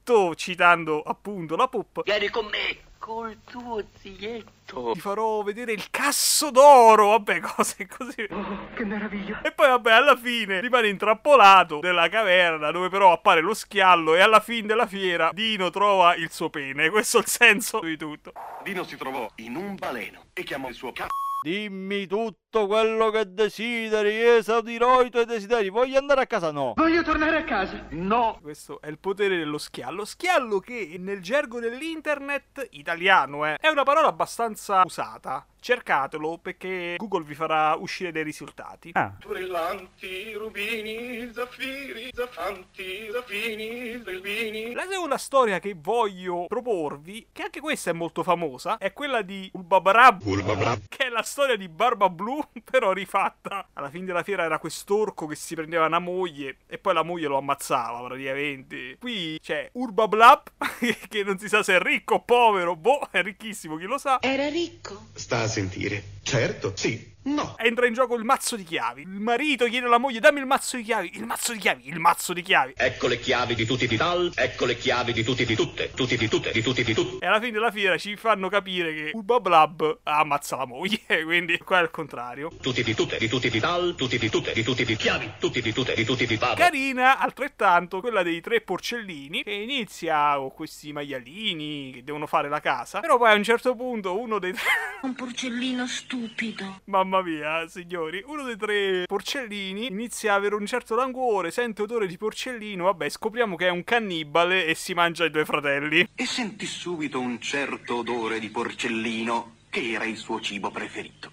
zietto, citando appunto la Pop. Vieni con me, col tuo zietto. Ti farò vedere il casso d'oro, vabbè, cose così. Oh, che meraviglia. E poi vabbè, alla fine rimane intrappolato nella caverna, dove però appare lo schiallo, e alla fine della fiera Dino trova il suo pene. Questo è il senso di tutto. Dino si trovò in un baleno e chiamò il suo capo. Dimmi tutto quello che desideri, esaudirò i tuoi desideri. Voglio andare a casa? No. Voglio tornare a casa? No. Questo è il potere dello schiallo. Schiallo che nel gergo dell'internet italiano eh, è una parola abbastanza usata. Cercatelo perché Google vi farà uscire dei risultati. Ah. Brillanti, rubini, zaffiri, zaffanti, zaffini, delvini. La seconda storia che voglio proporvi, che anche questa è molto famosa, è quella di Ulbabarab, Ulbabarab. che è la storia di Barba Blu, però rifatta. Alla fine della fiera era quest'orco che si prendeva una moglie e poi la moglie lo ammazzava praticamente. Qui c'è Urbablab, che non si sa se è ricco o povero, boh, è ricchissimo, chi lo sa. Era ricco? Sta a sentire. Certo, sì, no. Entra in gioco il mazzo di chiavi. Il marito chiede alla moglie: dammi il mazzo di chiavi, il mazzo di chiavi, il mazzo di chiavi. Ecco le chiavi di tutti di tal, ecco le chiavi di tutti di tutte, tutti di tutte, di tutti di tutte. E alla fine della fiera ci fanno capire che Ulbablab ammazza la moglie, quindi qua è il contrario. Tutti di tutte, di tutti di tal, tutti di tutte, di tutti di chiavi, tutti di tutte, di tutti di tal. Carina altrettanto quella dei tre porcellini, che inizia con questi maialini che devono fare la casa, però poi a un certo punto uno dei tre... Un porcellino stupido. Mamma mia, signori, uno dei tre porcellini inizia a avere un certo languore, sente odore di porcellino, vabbè, scopriamo che è un cannibale e si mangia i due fratelli. E sentì subito un certo odore di porcellino, che era il suo cibo preferito.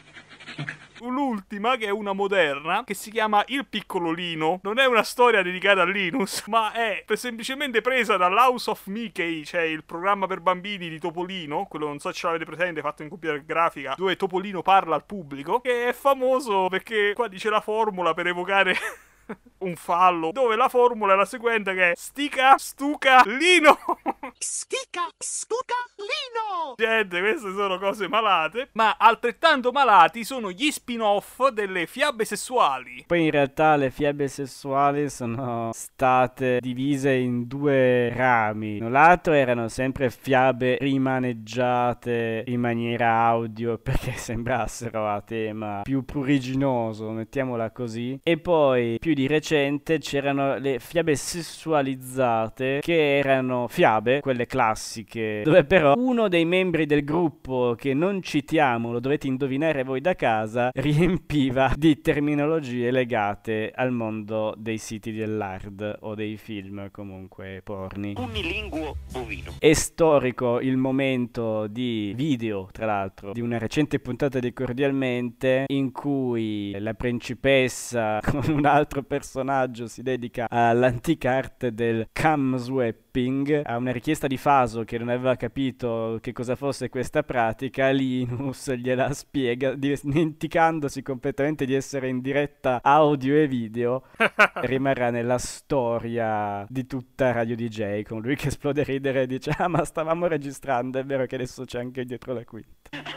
L'ultima, che è una moderna, che si chiama Il Piccolo Lino. Non è una storia dedicata a Linus, ma è semplicemente presa dall'House of Mickey, cioè il programma per bambini di Topolino, quello non so se ce l'avete presente, fatto in computer grafica, dove Topolino parla al pubblico, che è famoso perché qua dice la formula per evocare un fallo, dove la formula è la seguente, che è stica, stuca, lino. Stica, stuca, lino. Gente, queste sono cose malate, ma altrettanto malati sono gli spin-off delle fiabe sessuali. Poi in realtà le fiabe sessuali sono state divise in due rami. Da un lato erano sempre fiabe rimaneggiate in maniera audio perché sembrassero a tema più pruriginoso, mettiamola così, e poi più di recente c'erano le fiabe sessualizzate, che erano fiabe, quelle classiche, dove però uno dei membri del gruppo, che non citiamo, lo dovete indovinare voi da casa, riempiva di terminologie legate al mondo dei siti dell'hard o dei film comunque porni. Unilinguo bovino. È storico il momento di video, tra l'altro, di una recente puntata di Cordialmente, in cui la principessa con un altro personaggio si dedica all'antica arte del cam swapping. A una richiesta di Faso, che non aveva capito che cosa fosse questa pratica, Linus gliela spiega, dimenticandosi completamente di essere in diretta audio e video. Rimarrà nella storia di tutta Radio D J, con lui che esplode a ridere e dice: ah, ma stavamo registrando, è vero che adesso c'è anche dietro la quinta.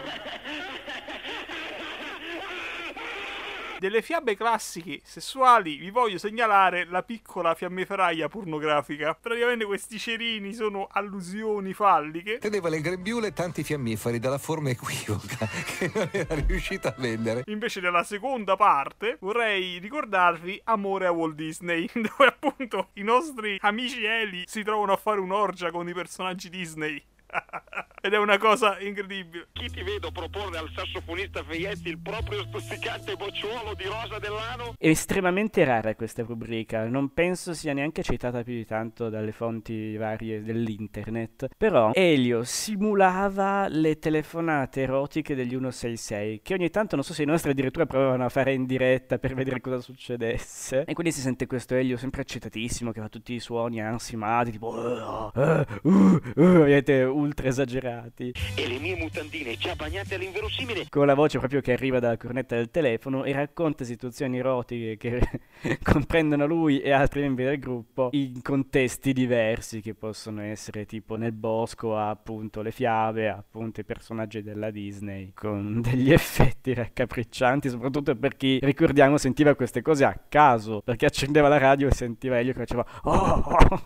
Delle fiabe classiche sessuali vi voglio segnalare la piccola fiammiferaia pornografica. Praticamente questi cerini sono allusioni falliche. Teneva le grembiule tanti fiammiferi dalla forma equivoca che non era riuscita a vendere. Invece nella seconda parte vorrei ricordarvi Amore a Walt Disney, dove appunto i nostri amici Eli si trovano a fare un'orgia con i personaggi Disney. Ed è una cosa incredibile. Chi ti vedo proporre al sassofonista Feietti il proprio stuzzicante bocciuolo di Rosa Dell'Ano? È estremamente rara questa rubrica, non penso sia neanche citata più di tanto dalle fonti varie dell'internet. Però Elio simulava le telefonate erotiche degli centosessantasei, che ogni tanto, non so se i nostri addirittura provavano a fare in diretta per vedere cosa succedesse. E quindi si sente questo Elio sempre eccitatissimo, che fa tutti i suoni ansimati, tipo uh, uh, uh, uh, vedete, ultra esagerati, e le mie mutandine già bagnate all'inverosimile, con la voce proprio che arriva dalla cornetta del telefono, e racconta situazioni erotiche che comprendono lui e altri membri del gruppo in contesti diversi, che possono essere tipo nel bosco, a appunto le fiabe, a appunto i personaggi della Disney, con degli effetti raccapriccianti, soprattutto per chi, ricordiamo, sentiva queste cose a caso, perché accendeva la radio e sentiva Elio che faceva oh!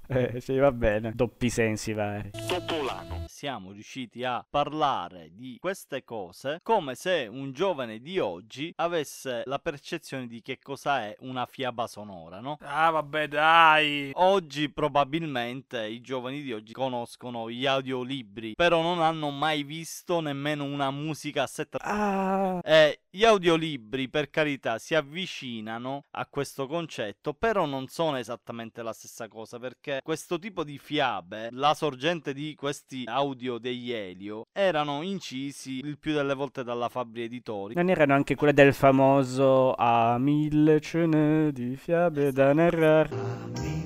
Eh, sì, va bene. Doppi sensi vari. Topolano. Siamo riusciti a parlare di queste cose come se un giovane di oggi avesse la percezione di che cosa è una fiaba sonora, no? Ah, vabbè, dai. Oggi probabilmente i giovani di oggi conoscono gli audiolibri, però non hanno mai visto nemmeno una musica a sette. Ah. E gli audiolibri, per carità, si avvicinano a questo concetto, però non sono esattamente la stessa cosa, perché questo tipo di fiabe, la sorgente di questi audio degli Elio, erano incisi il più delle volte dalla Fabbri Editori. Non erano anche quelle del famoso "A mille cene di fiabe da narrare"?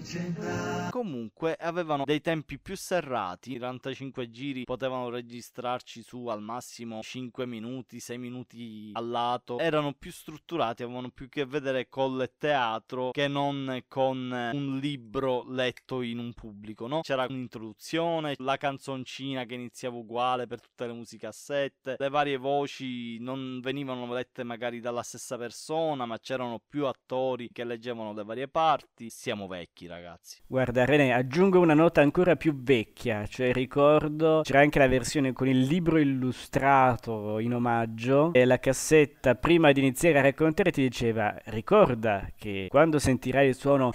Comunque avevano dei tempi più serrati, i quarantacinque giri potevano registrarci su al massimo cinque minuti, sei minuti al lato, erano più strutturati, avevano più che vedere col teatro che non con un libro letto in un pubblico, no? C'era un'introduzione, la canzoncina che iniziava uguale per tutte le musicassette, le varie voci non venivano lette magari dalla stessa persona, ma c'erano più attori che leggevano le varie parti. Siamo vecchi, ragazzi. Guarda René, aggiungo una nota ancora più vecchia, cioè ricordo c'era anche la versione con il libro illustrato in omaggio e la cassetta prima di iniziare a raccontare ti diceva: ricorda che quando sentirai il suono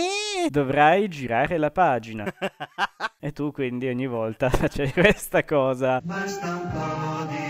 dovrai girare la pagina. E tu quindi ogni volta facevi questa cosa. Basta un po' di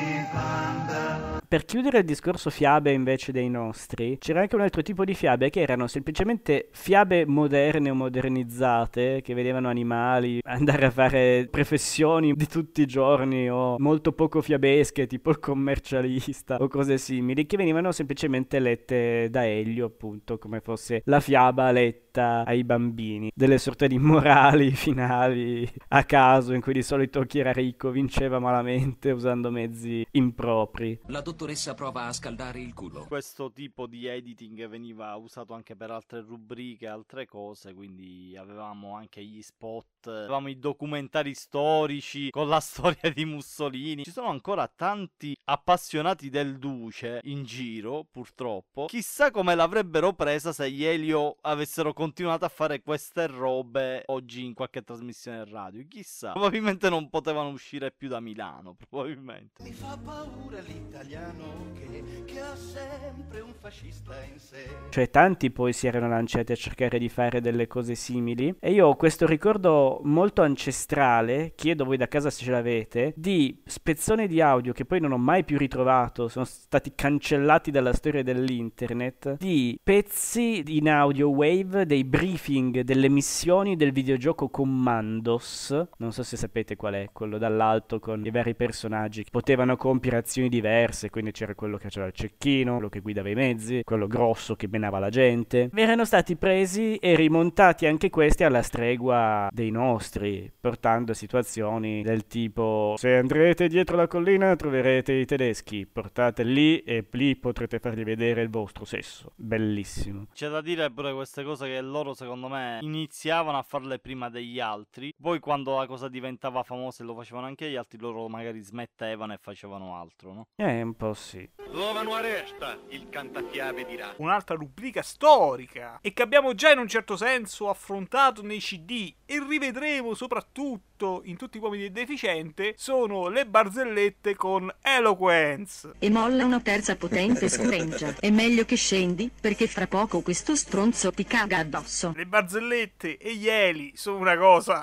Fanta. Per chiudere il discorso fiabe invece dei nostri, c'era anche un altro tipo di fiabe che erano semplicemente fiabe moderne o modernizzate, che vedevano animali andare a fare professioni di tutti i giorni o molto poco fiabesche, tipo il commercialista o cose simili, che venivano semplicemente lette da Elio, appunto, come fosse la fiaba letta ai bambini, delle sorte di morali finali a caso in cui di solito chi era ricco vinceva malamente usando mezzi impropri. La dottoressa prova a scaldare il culo. Questo tipo di editing veniva usato anche per altre rubriche, altre cose, quindi avevamo anche gli spot, avevamo i documentari storici con la storia di Mussolini. Ci sono ancora tanti appassionati del Duce in giro, purtroppo. Chissà come l'avrebbero presa se gli Elio avessero continuato a fare queste robe oggi in qualche trasmissione radio. Chissà, probabilmente non potevano uscire più da Milano, probabilmente. Mi fa paura l'italiano che, che ha sempre un fascista in sé. Cioè tanti poi si erano lanciati a cercare di fare delle cose simili e io ho questo ricordo molto ancestrale, chiedo voi da casa se ce l'avete, di spezzoni di audio che poi non ho mai più ritrovato, sono stati cancellati dalla storia dell'internet, di pezzi in audio wave dei briefing delle missioni del videogioco Commandos, non so se sapete qual è, quello dall'alto con i vari personaggi che potevano compiere azioni diverse, quindi c'era quello che faceva il cecchino, quello che guidava i mezzi, quello grosso che menava la gente. Erano stati presi e rimontati anche questi alla stregua dei nostri, portando a situazioni del tipo: se andrete dietro la collina troverete i tedeschi, portate lì e lì potrete fargli vedere il vostro sesso. Bellissimo. C'è da dire pure queste cose che loro secondo me iniziavano a farle prima degli altri, poi quando la cosa diventava famosa e lo facevano anche gli altri, loro magari smettevano e facevano altro, no? Eh, un po' sì. L'ovano aresta, il cantafiabe dirà. Un'altra rubrica storica e che abbiamo già in un certo senso affrontato nei C D e rivedremo soprattutto in Tutti uomini e deficiente sono le barzellette con Eloquence. E molla una terza potente scoreggia. È meglio che scendi perché fra poco questo stronzo ti caga addosso. Le barzellette e gli eli sono una cosa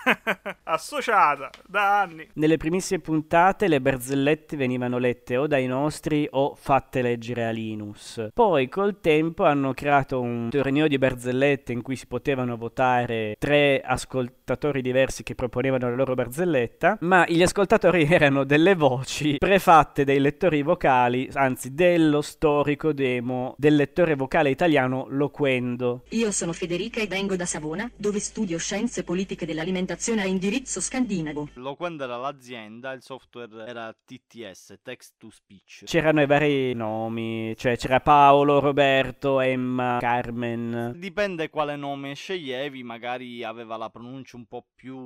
associata da anni. Nelle primissime puntate le barzellette venivano lette o dai nostri o fatte leggere a Linus. Poi col tempo hanno creato un torneo di barzellette in cui si potevano votare tre ascoltatori diversi che proponevano la loro barzelletta, ma gli ascoltatori erano delle voci prefatte dai lettori vocali, anzi dello storico demo del lettore vocale italiano Loquendo. Io sono Federica e vengo da Savona, dove studio scienze politiche dell'alimentazione a indirizzo scandinavo. Loquendo era l'azienda, il software era T T S, Text to Speech. C'erano i vari nomi, cioè c'era Paolo, Roberto, Emma, Carmen. Dipende quale nome sceglievi, magari aveva la pronuncia un po' più con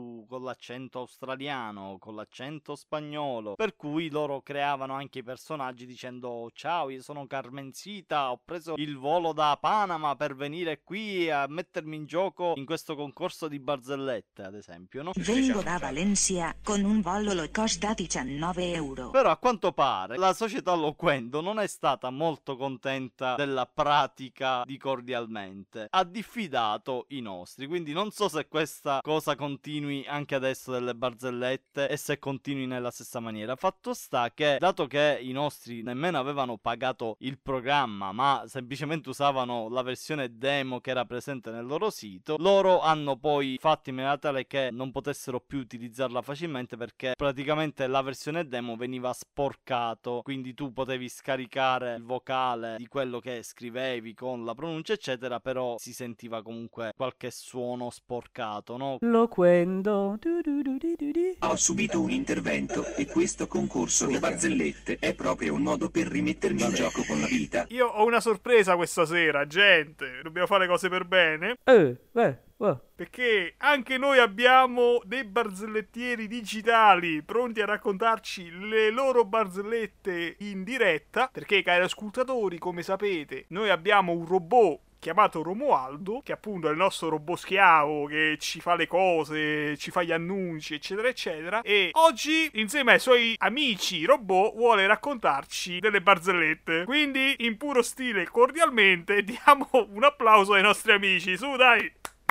con l'accento australiano, con l'accento spagnolo, per cui loro creavano anche i personaggi dicendo ciao, io sono Carmencita, ho preso il volo da Panama per venire qui a mettermi in gioco in questo concorso di barzellette, ad esempio, no? Vengo da Valencia con un volo low cost da diciannove euro. Però a quanto pare la società Loquendo non è stata molto contenta della pratica di Cordialmente, ha diffidato i nostri, quindi non so se questa cosa continui anche adesso delle barzellette e se continui nella stessa maniera. Fatto sta che, dato che i nostri nemmeno avevano pagato il programma ma semplicemente usavano la versione demo che era presente nel loro sito, loro hanno poi fatto in maniera tale che non potessero più utilizzarla facilmente, perché praticamente la versione demo veniva sporcato, quindi tu potevi scaricare il vocale di quello che scrivevi con la pronuncia eccetera, però si sentiva comunque qualche suono sporcato, no? Loquendo. Du du du du du du. Ho subito un intervento e questo concorso di barzellette è proprio un modo per rimettermi in gioco con la vita. Io ho una sorpresa questa sera, gente. Dobbiamo fare cose per bene. Eh, beh, oh. Perché anche noi abbiamo dei barzellettieri digitali pronti a raccontarci le loro barzellette in diretta. Perché, cari ascoltatori, come sapete, noi abbiamo un robot chiamato Romualdo, che appunto è il nostro robot schiavo che ci fa le cose, ci fa gli annunci eccetera eccetera, e oggi insieme ai suoi amici robot vuole raccontarci delle barzellette. Quindi in puro stile Cordialmente diamo un applauso ai nostri amici, su dai!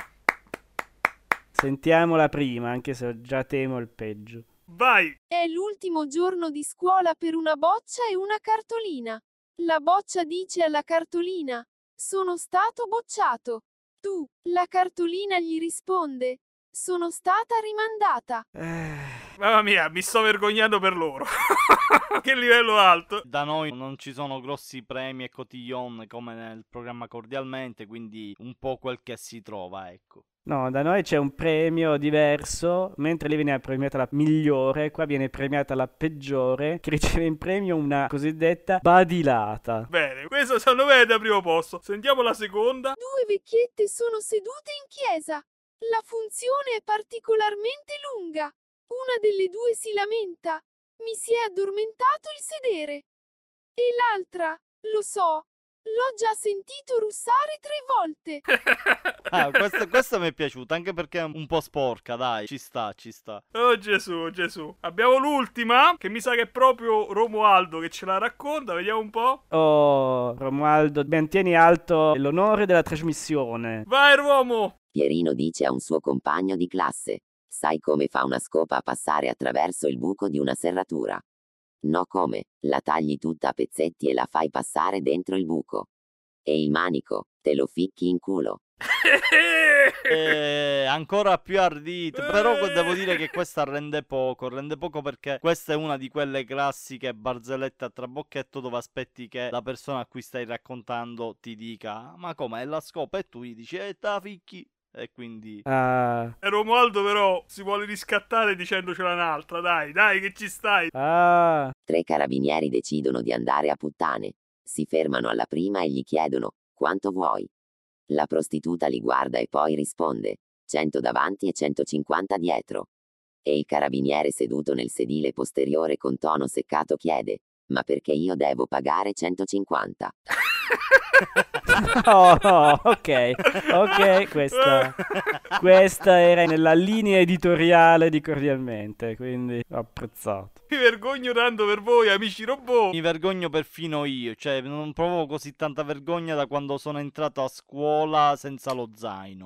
Sentiamola prima, anche se già temo il peggio. Vai! È l'ultimo giorno di scuola per una boccia e una cartolina. La boccia dice alla cartolina: sono stato bocciato. Tu, la cartolina gli risponde: sono stata rimandata. Mamma mia, mi sto vergognando per loro. Che livello alto. Da noi non ci sono grossi premi e cotillon come nel programma Cordialmente, quindi un po' quel che si trova, ecco. No, da noi c'è un premio diverso, mentre lì viene premiata la migliore, qua viene premiata la peggiore, che riceve in premio una cosiddetta badilata. Bene, questo secondo me è da primo posto. Sentiamo la seconda. Due vecchiette sono sedute in chiesa. La funzione è particolarmente lunga. Una delle due si lamenta: mi si è addormentato il sedere. E l'altra: lo so, l'ho già sentito russare tre volte. Ah, questa, questa mi è piaciuta, anche perché è un po' sporca, dai, ci sta, ci sta. Oh Gesù, oh Gesù. Abbiamo l'ultima, che mi sa che è proprio Romualdo che ce la racconta, vediamo un po'. Oh, Romualdo, mantieni alto l'onore della trasmissione. Vai, Romo! Pierino dice a un suo compagno di classe: sai come fa una scopa a passare attraverso il buco di una serratura? No, come? La tagli tutta a pezzetti e la fai passare dentro il buco. E il manico, te lo ficchi in culo. Eh, ancora più ardito. Però devo dire che questa rende poco. Rende poco perché questa è una di quelle classiche barzellette a trabocchetto dove aspetti che la persona a cui stai raccontando ti dica: ma come, è la scopa? E tu gli dici: eh, ta ficchi. E quindi ah. E Romualdo però si vuole riscattare dicendocela un'altra. Dai, dai che ci stai. ah. Tre carabinieri decidono di andare a puttane. Si fermano alla prima e gli chiedono: quanto vuoi? La prostituta li guarda e poi risponde: cento davanti e centocinquanta dietro. E il carabiniere seduto nel sedile posteriore con tono seccato chiede: ma perché io devo pagare centocinquanta? Oh, oh, ok, ok, questa, questa era nella linea editoriale di Cordialmente, quindi ho apprezzato. Mi vergogno tanto per voi, amici robot. Mi vergogno perfino io, cioè non provo così tanta vergogna da quando sono entrato a scuola senza lo zaino.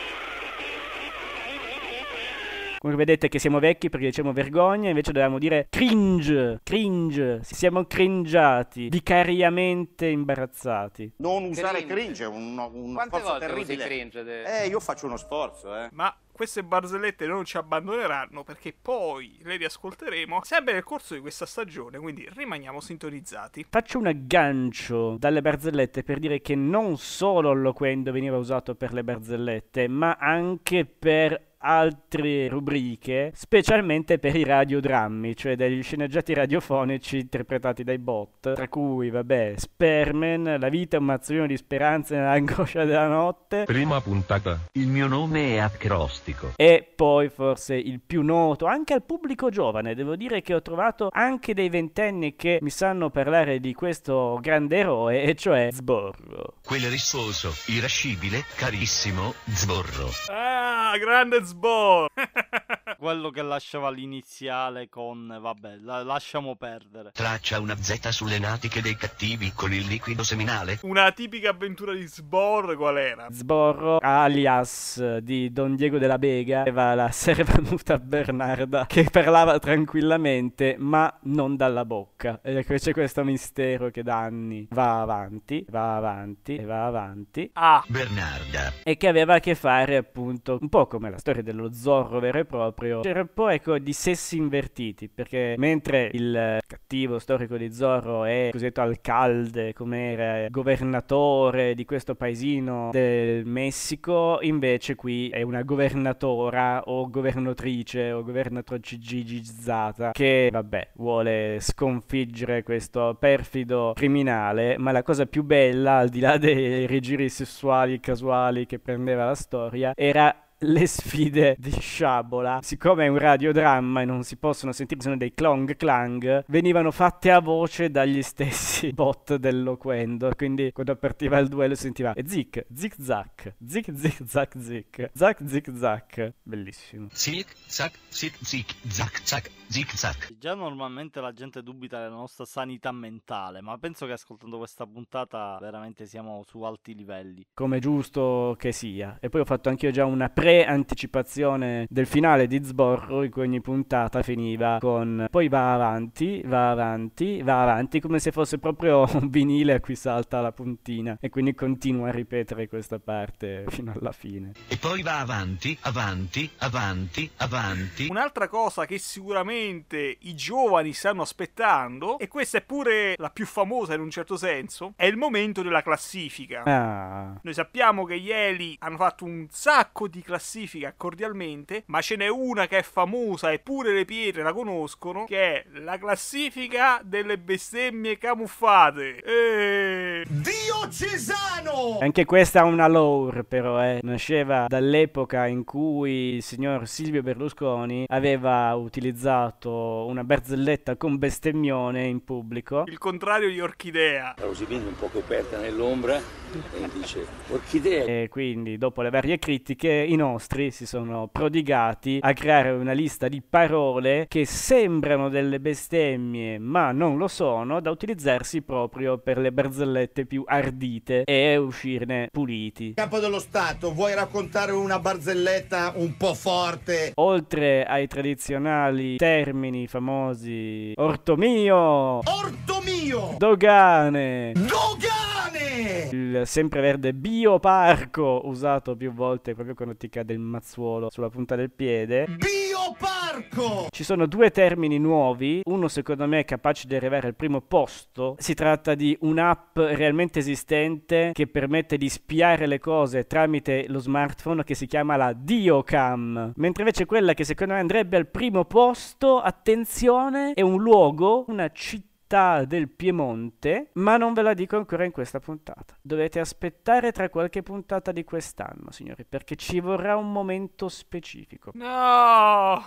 Come vedete che siamo vecchi perché diciamo vergogna, invece dovevamo dire cringe, cringe, siamo cringiati, vicariamente imbarazzati. Non usare cringe, è uno, uno Quante sforzo volte terribile. usi cringe? De... Eh, io faccio uno sforzo, eh. Ma queste barzellette non ci abbandoneranno, perché poi le riascolteremo sempre nel corso di questa stagione, quindi rimaniamo sintonizzati. Faccio un aggancio dalle barzellette per dire che non solo il loquendo veniva usato per le barzellette, ma anche per altre rubriche, specialmente per i radiodrammi, cioè degli sceneggiati radiofonici interpretati dai bot, tra cui, vabbè, Spermen, La vita è un mazzolino di speranze nell'angoscia della notte. Prima puntata. Il mio nome è acrostico. E poi forse il più noto, anche al pubblico giovane, devo dire che ho trovato anche dei ventenni che mi sanno parlare di questo grande eroe, e cioè Sborro. Quel rissoso, irascibile, carissimo Sborro. Ah, grande Sborro! Quello che lasciava l'iniziale con, vabbè, la lasciamo perdere. Traccia una Z sulle natiche dei cattivi con il liquido seminale. Una tipica avventura di Sborro, qual era? Sborro, alias di Don Diego della Bega, aveva la servanuta Bernarda che parlava tranquillamente ma non dalla bocca. E c'è questo mistero che da anni va avanti, va avanti e va avanti. Ah, Bernarda. E che aveva a che fare appunto un po' come la storia dello Zorro vero e proprio. C'era un po', ecco, di sessi invertiti, perché mentre il cattivo storico di Zorro è cosiddetto alcalde, come era governatore di questo paesino del Messico, invece qui è una governatora o governatrice o governatricizzata che, vabbè, vuole sconfiggere questo perfido criminale. Ma la cosa più bella, al di là dei rigiri sessuali casuali che prendeva la storia, era le sfide di sciabola. Siccome è un radiodramma e non si possono sentire, sono dei clong clang, venivano fatte a voce dagli stessi bot del loquendo. Quindi quando partiva il duello si sentiva zic, zic zac, zic zic zac zic, zac zic zac. Bellissimo. Zic zac, zic zic, zac zac, zic zac. Già normalmente la gente dubita della nostra sanità mentale, ma penso che ascoltando questa puntata veramente siamo su alti livelli. Come giusto che sia. E poi ho fatto anch'io già una pre anticipazione del finale di Sborro, in cui ogni puntata finiva con poi va avanti, va avanti, va avanti, come se fosse proprio un vinile a cui salta la puntina, e quindi continua a ripetere questa parte fino alla fine. E poi va avanti, avanti, avanti, avanti. Un'altra cosa che sicuramente i giovani stanno aspettando, e questa è pure la più famosa in un certo senso, è il momento della classifica. Ah. Noi sappiamo che gli Eli hanno fatto un sacco di classifica cordialmente, ma ce n'è una che è famosa e pure le pietre la conoscono, che è la classifica delle bestemmie camuffate. E... Dio Cesano! Anche questa ha una lore, però, eh. Nasceva dall'epoca in cui il signor Silvio Berlusconi aveva utilizzato una barzelletta con bestemmione in pubblico. Il contrario di orchidea. Così viene un po' coperta nell'ombra e dice orchidea. E quindi, dopo le varie critiche, i nostri si sono prodigati a creare una lista di parole che sembrano delle bestemmie ma non lo sono, da utilizzarsi proprio per le barzellette più ardite e uscirne puliti. Capo dello Stato, vuoi raccontare una barzelletta un po' forte? Oltre ai tradizionali termini famosi ortomio, ortomio, dogane, dogane, il sempreverde bioparco, usato più volte proprio quando ti cade il mazzuolo sulla punta del piede. Bioparco! Ci sono due termini nuovi, uno secondo me è capace di arrivare al primo posto. Si tratta di un'app realmente esistente che permette di spiare le cose tramite lo smartphone, che si chiama la Diocam. Mentre invece quella che secondo me andrebbe al primo posto, attenzione, è un luogo, una città del Piemonte, ma non ve la dico ancora in questa puntata. Dovete aspettare tra qualche puntata di quest'anno, signori, perché ci vorrà un momento specifico. No!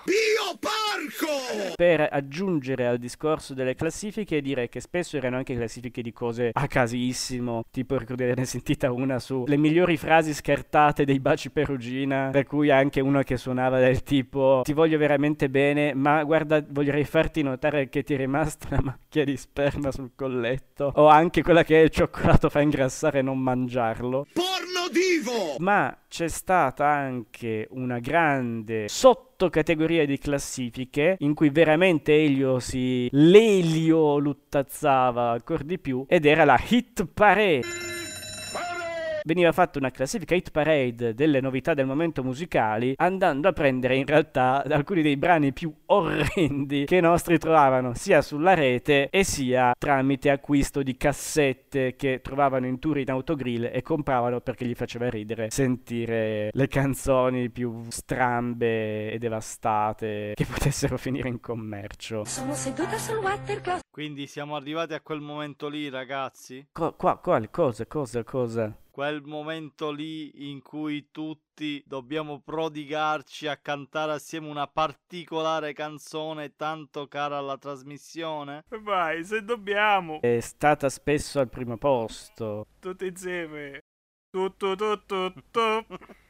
Bioparco! Per aggiungere al discorso delle classifiche e dire che spesso erano anche classifiche di cose a casissimo, tipo ricordo di averne sentita una su le migliori frasi scartate dei Baci Perugina, per cui anche uno che suonava del tipo ti voglio veramente bene, ma guarda, vorrei farti notare che ti è rimasta una macchia di di sperma sul colletto, o anche quella che il cioccolato fa ingrassare e non mangiarlo. Porno divo! Ma c'è stata anche una grande sottocategoria di classifiche in cui veramente Elio si l'elio luttazzava ancora di più, ed era la hit parade. veniva fatta una classifica hit parade delle novità del momento musicali, andando a prendere in realtà alcuni dei brani più orrendi che i nostri trovavano sia sulla rete e sia tramite acquisto di cassette che trovavano in tour in autogrill e compravano perché gli faceva ridere sentire le canzoni più strambe e devastate che potessero finire in commercio. Sono seduta sul watercloak. Quindi siamo arrivati a quel momento lì, ragazzi? Co- qua, quale cosa, cosa, cosa? Quel momento lì in cui tutti dobbiamo prodigarci a cantare assieme una particolare canzone tanto cara alla trasmissione? Vai, se dobbiamo. È stata spesso al primo posto. Tutti insieme. Tutto, tutto, tutto,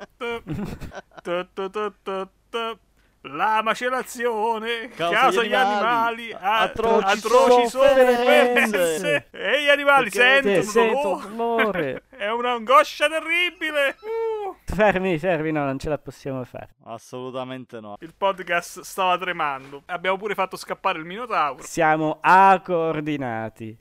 tutto, tutto, tutto. La macellazione causa, causa gli gli animali, animali a- atroci, atroci sofferenze. sofferenze e gli animali Perché sentono sento dolore. dolore. È un'angoscia terribile. Uh. Fermi, fermi, no, non ce la possiamo fare. Assolutamente no. Il podcast stava tremando. Abbiamo pure fatto scappare il Minotauro. Siamo accoordinati.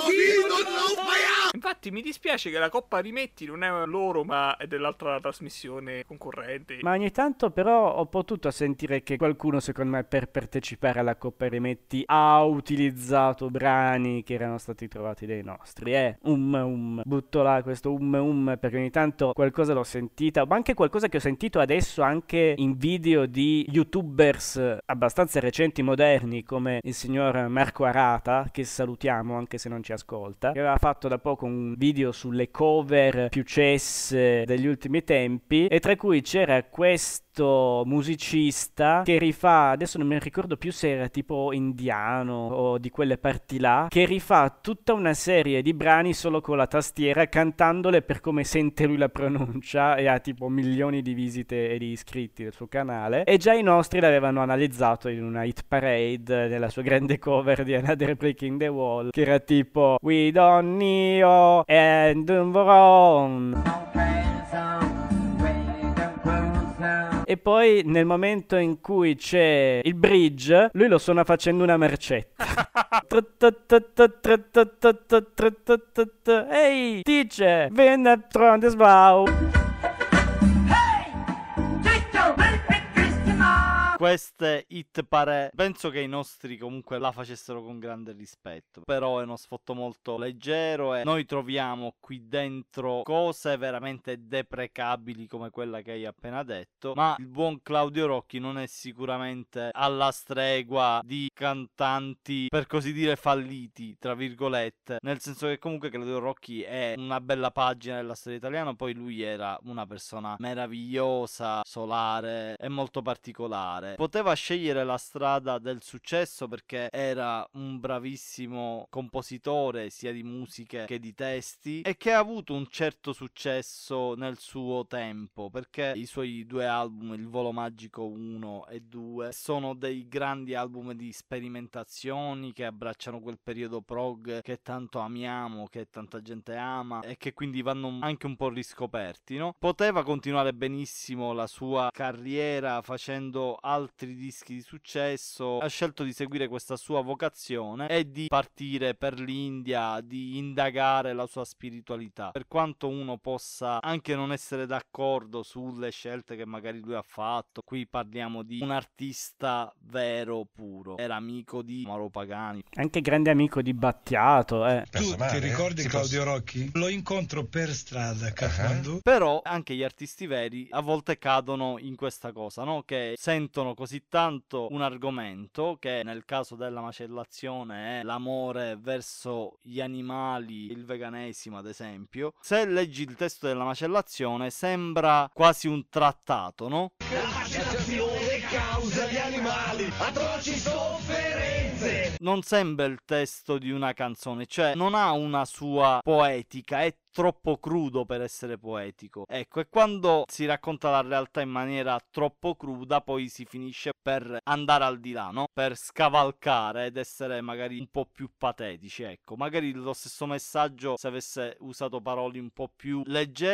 Infatti mi dispiace che la Coppa Rimetti non è loro ma è dell'altra trasmissione concorrente. Ma ogni tanto però ho potuto sentire che qualcuno, secondo me, per partecipare alla Coppa Rimetti ha utilizzato brani che erano stati trovati dai nostri. Eh, um um, butto là questo um um perché ogni tanto qualcosa l'ho sentita, ma anche qualcosa che ho sentito adesso anche in video di youtubers abbastanza recenti, moderni, come il signor Marco Arata, che salutiamo anche se non ci ascolta, che aveva fatto da poco un video sulle cover più cesse degli ultimi tempi, e tra cui c'era questo musicista che rifà, adesso non mi ricordo più se era tipo indiano o di quelle parti là, che rifà tutta una serie di brani solo con la tastiera, cantandole per come sente lui la pronuncia, e ha tipo milioni di visite e di iscritti nel suo canale, e già i nostri l'avevano analizzato in una hit parade nella sua grande cover di Another Breaking the Wall, che era tipo We don't need and wrong. E poi nel momento in cui c'è il bridge, lui lo suona facendo una marcetta. Ehi, dice, vieni a trovare sbau. Queste hit pare, penso che i nostri comunque la facessero con grande rispetto, però è uno sfotto molto leggero e noi troviamo qui dentro cose veramente deprecabili come quella che hai appena detto, ma il buon Claudio Rocchi non è sicuramente alla stregua di cantanti per così dire falliti, tra virgolette, nel senso che comunque Claudio Rocchi è una bella pagina della storia italiana, poi lui era una persona meravigliosa, solare e molto particolare. Poteva scegliere la strada del successo perché era un bravissimo compositore sia di musiche che di testi, e che ha avuto un certo successo nel suo tempo, perché i suoi due album, Il Volo Magico uno e due, sono dei grandi album di sperimentazioni che abbracciano quel periodo prog che tanto amiamo, che tanta gente ama e che quindi vanno anche un po' riscoperti, no? Poteva continuare benissimo la sua carriera facendo altri dischi di successo, ha scelto di seguire questa sua vocazione e di partire per l'India, di indagare la sua spiritualità. Per quanto uno possa anche non essere d'accordo sulle scelte che magari lui ha fatto, qui parliamo di un artista vero, puro, era amico di Mauro Pagani, anche grande amico di Battiato, eh. Tu ti ricordi Claudio Rocchi? Lo incontro per strada a Kathmandu. Però anche gli artisti veri a volte cadono in questa cosa, no? Che sentono così tanto un argomento, che nel caso della macellazione è l'amore verso gli animali, il veganesimo ad esempio. Se leggi il testo della macellazione sembra quasi un trattato, no? La macellazione causa gli animali atroci sofferenze. Non sembra il testo di una canzone, cioè non ha una sua poetica, è troppo crudo per essere poetico. Ecco, e quando si racconta la realtà in maniera troppo cruda poi si finisce per andare al di là, no? Per scavalcare ed essere magari un po' più patetici, ecco. Magari lo stesso messaggio, se avesse usato parole un po' più leggere,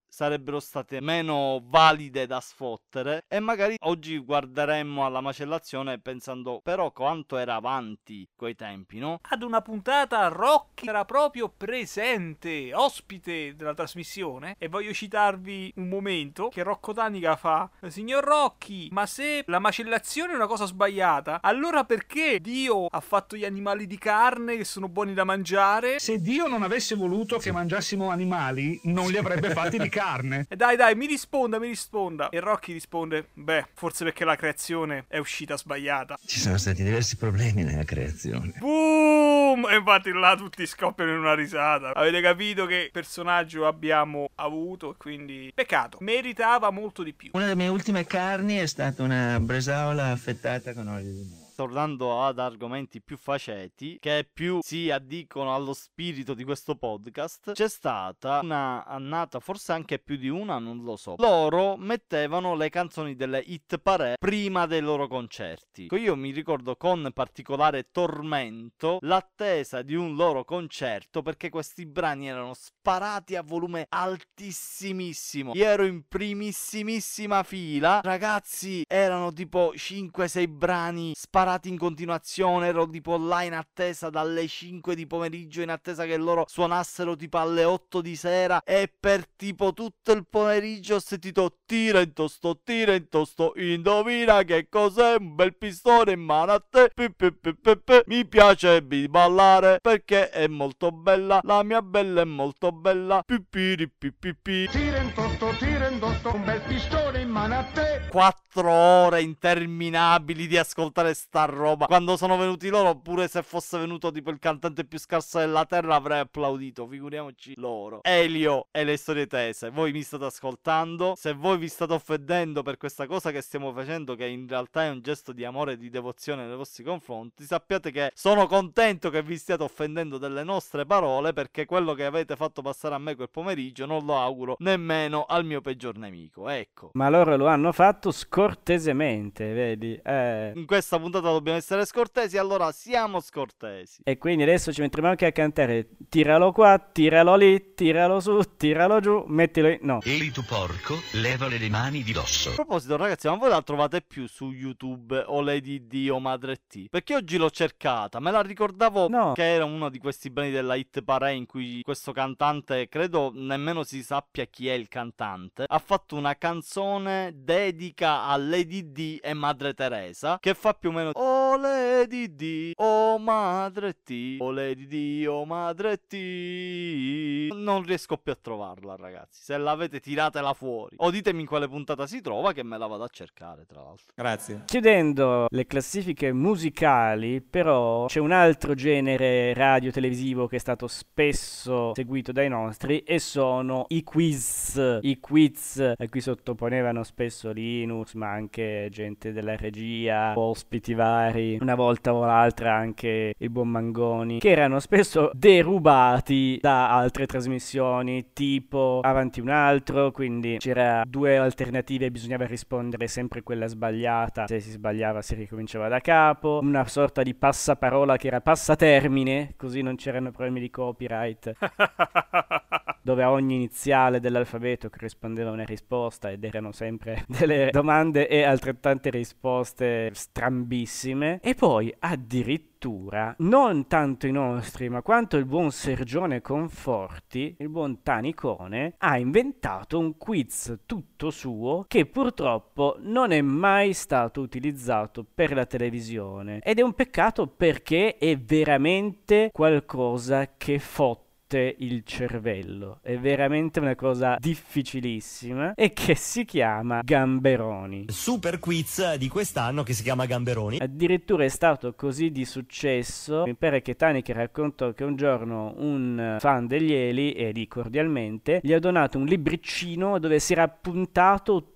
sarebbero state meno valide da sfottere e magari oggi guarderemmo alla macellazione pensando però quanto era avanti quei tempi, no? Ad una puntata Rocky era proprio presente, ospite della trasmissione, e voglio citarvi un momento che Rocco Tanica fa: signor Rocky, ma se la macellazione è una cosa sbagliata, allora perché Dio ha fatto gli animali di carne che sono buoni da mangiare? Se Dio non avesse voluto che mangiassimo animali, non li avrebbe fatti di carne. E dai dai, mi risponda, mi risponda. E Rocky risponde: beh, forse perché la creazione è uscita sbagliata. Ci sono stati diversi problemi nella creazione. Boom! E infatti là tutti scoppiano in una risata. Avete capito che personaggio abbiamo avuto, e quindi peccato, meritava molto di più. Una delle mie ultime carni è stata una bresaola affettata con olio di limone. Tornando ad argomenti più faceti, che più si addicono allo spirito di questo podcast, c'è stata una annata, forse anche più di una, non lo so. Loro mettevano le canzoni delle hit parade prima dei loro concerti. Io mi ricordo con particolare tormento l'attesa di un loro concerto, perché questi brani erano sparati a volume altissimissimo. Io ero in primissimissima fila, ragazzi, erano tipo cinque sei brani sparati in continuazione. Ero tipo là in attesa dalle cinque di pomeriggio, in attesa che loro suonassero tipo alle otto di sera, e per tipo tutto il pomeriggio ho sentito tira in tosto, tira in tosto, indovina che cos'è, un bel pistone in mano a te, pi pi pi pi pi. Mi piace ballare perché è molto bella, la mia bella è molto bella, pi pi ri pi pi pi. Tira in tosto, tira in tosto, un bel pistone in mano a te. Quattro ore interminabili di ascoltare sta roba. Quando sono venuti loro, pure se fosse venuto tipo il cantante più scarso della terra, avrei applaudito, figuriamoci loro. Elio e le storie tese, voi mi state ascoltando? Se voi vi state offendendo per questa cosa che stiamo facendo, che in realtà è un gesto di amore e di devozione nei vostri confronti, sappiate che sono contento che vi stiate offendendo delle nostre parole, perché quello che avete fatto passare a me quel pomeriggio non lo auguro nemmeno al mio peggior nemico, ecco. Ma loro lo hanno fatto scortesemente, vedi? Eh... In questa puntata dobbiamo essere scortesi, allora siamo scortesi. E quindi adesso ci metteremo anche a cantare: tiralo qua, tiralo lì, tiralo su, tiralo giù, mettilo in... no. Ehi tu porco, levale le mani di dosso. A proposito ragazzi, ma voi la trovate più su YouTube o Lady D o Madre T? Perché oggi l'ho cercata, me la ricordavo no. che era uno di questi brani della hit parade in cui questo cantante, credo nemmeno si sappia chi è il cantante, ha fatto una canzone dedica a Lady D e Madre Teresa, che fa più o meno: oh Lady D, oh Madre T, oh Lady D, oh Madre T. Non riesco più a trovarla, ragazzi. Se l'avete, tiratela fuori, o ditemi in quale puntata si trova, che me la vado a cercare, tra l'altro. Grazie. Chiudendo le classifiche musicali, però c'è un altro genere radio-televisivo che è stato spesso seguito dai nostri, e sono i quiz. I quiz a cui sottoponevano spesso Linus, ma anche gente della regia, ospiti vari, una volta o l'altra anche il buon Mangoni, che erano spesso derubati da altre trasmissioni, tipo Avanti un altro, quindi c'era due alternative e bisognava rispondere sempre quella sbagliata, se si sbagliava si ricominciava da capo, una sorta di passaparola che era passatermine, così non c'erano problemi di copyright, dove a ogni iniziale dell'alfabeto corrispondeva una risposta ed erano sempre delle domande e altrettante risposte strambissime. E poi addirittura non tanto i nostri, ma quanto il buon Sergione Conforti, il buon Tanicone, ha inventato un quiz tutto suo che purtroppo non è mai stato utilizzato per la televisione, ed è un peccato perché è veramente qualcosa che fotte il cervello, è veramente una cosa difficilissima, e che si chiama Gamberoni. Super quiz di quest'anno che si chiama Gamberoni. Addirittura è stato così di successo, mi pare che Tanica raccontò che un giorno un fan degli Eli, e lì cordialmente, gli ha donato un libricino dove si era appuntato tutto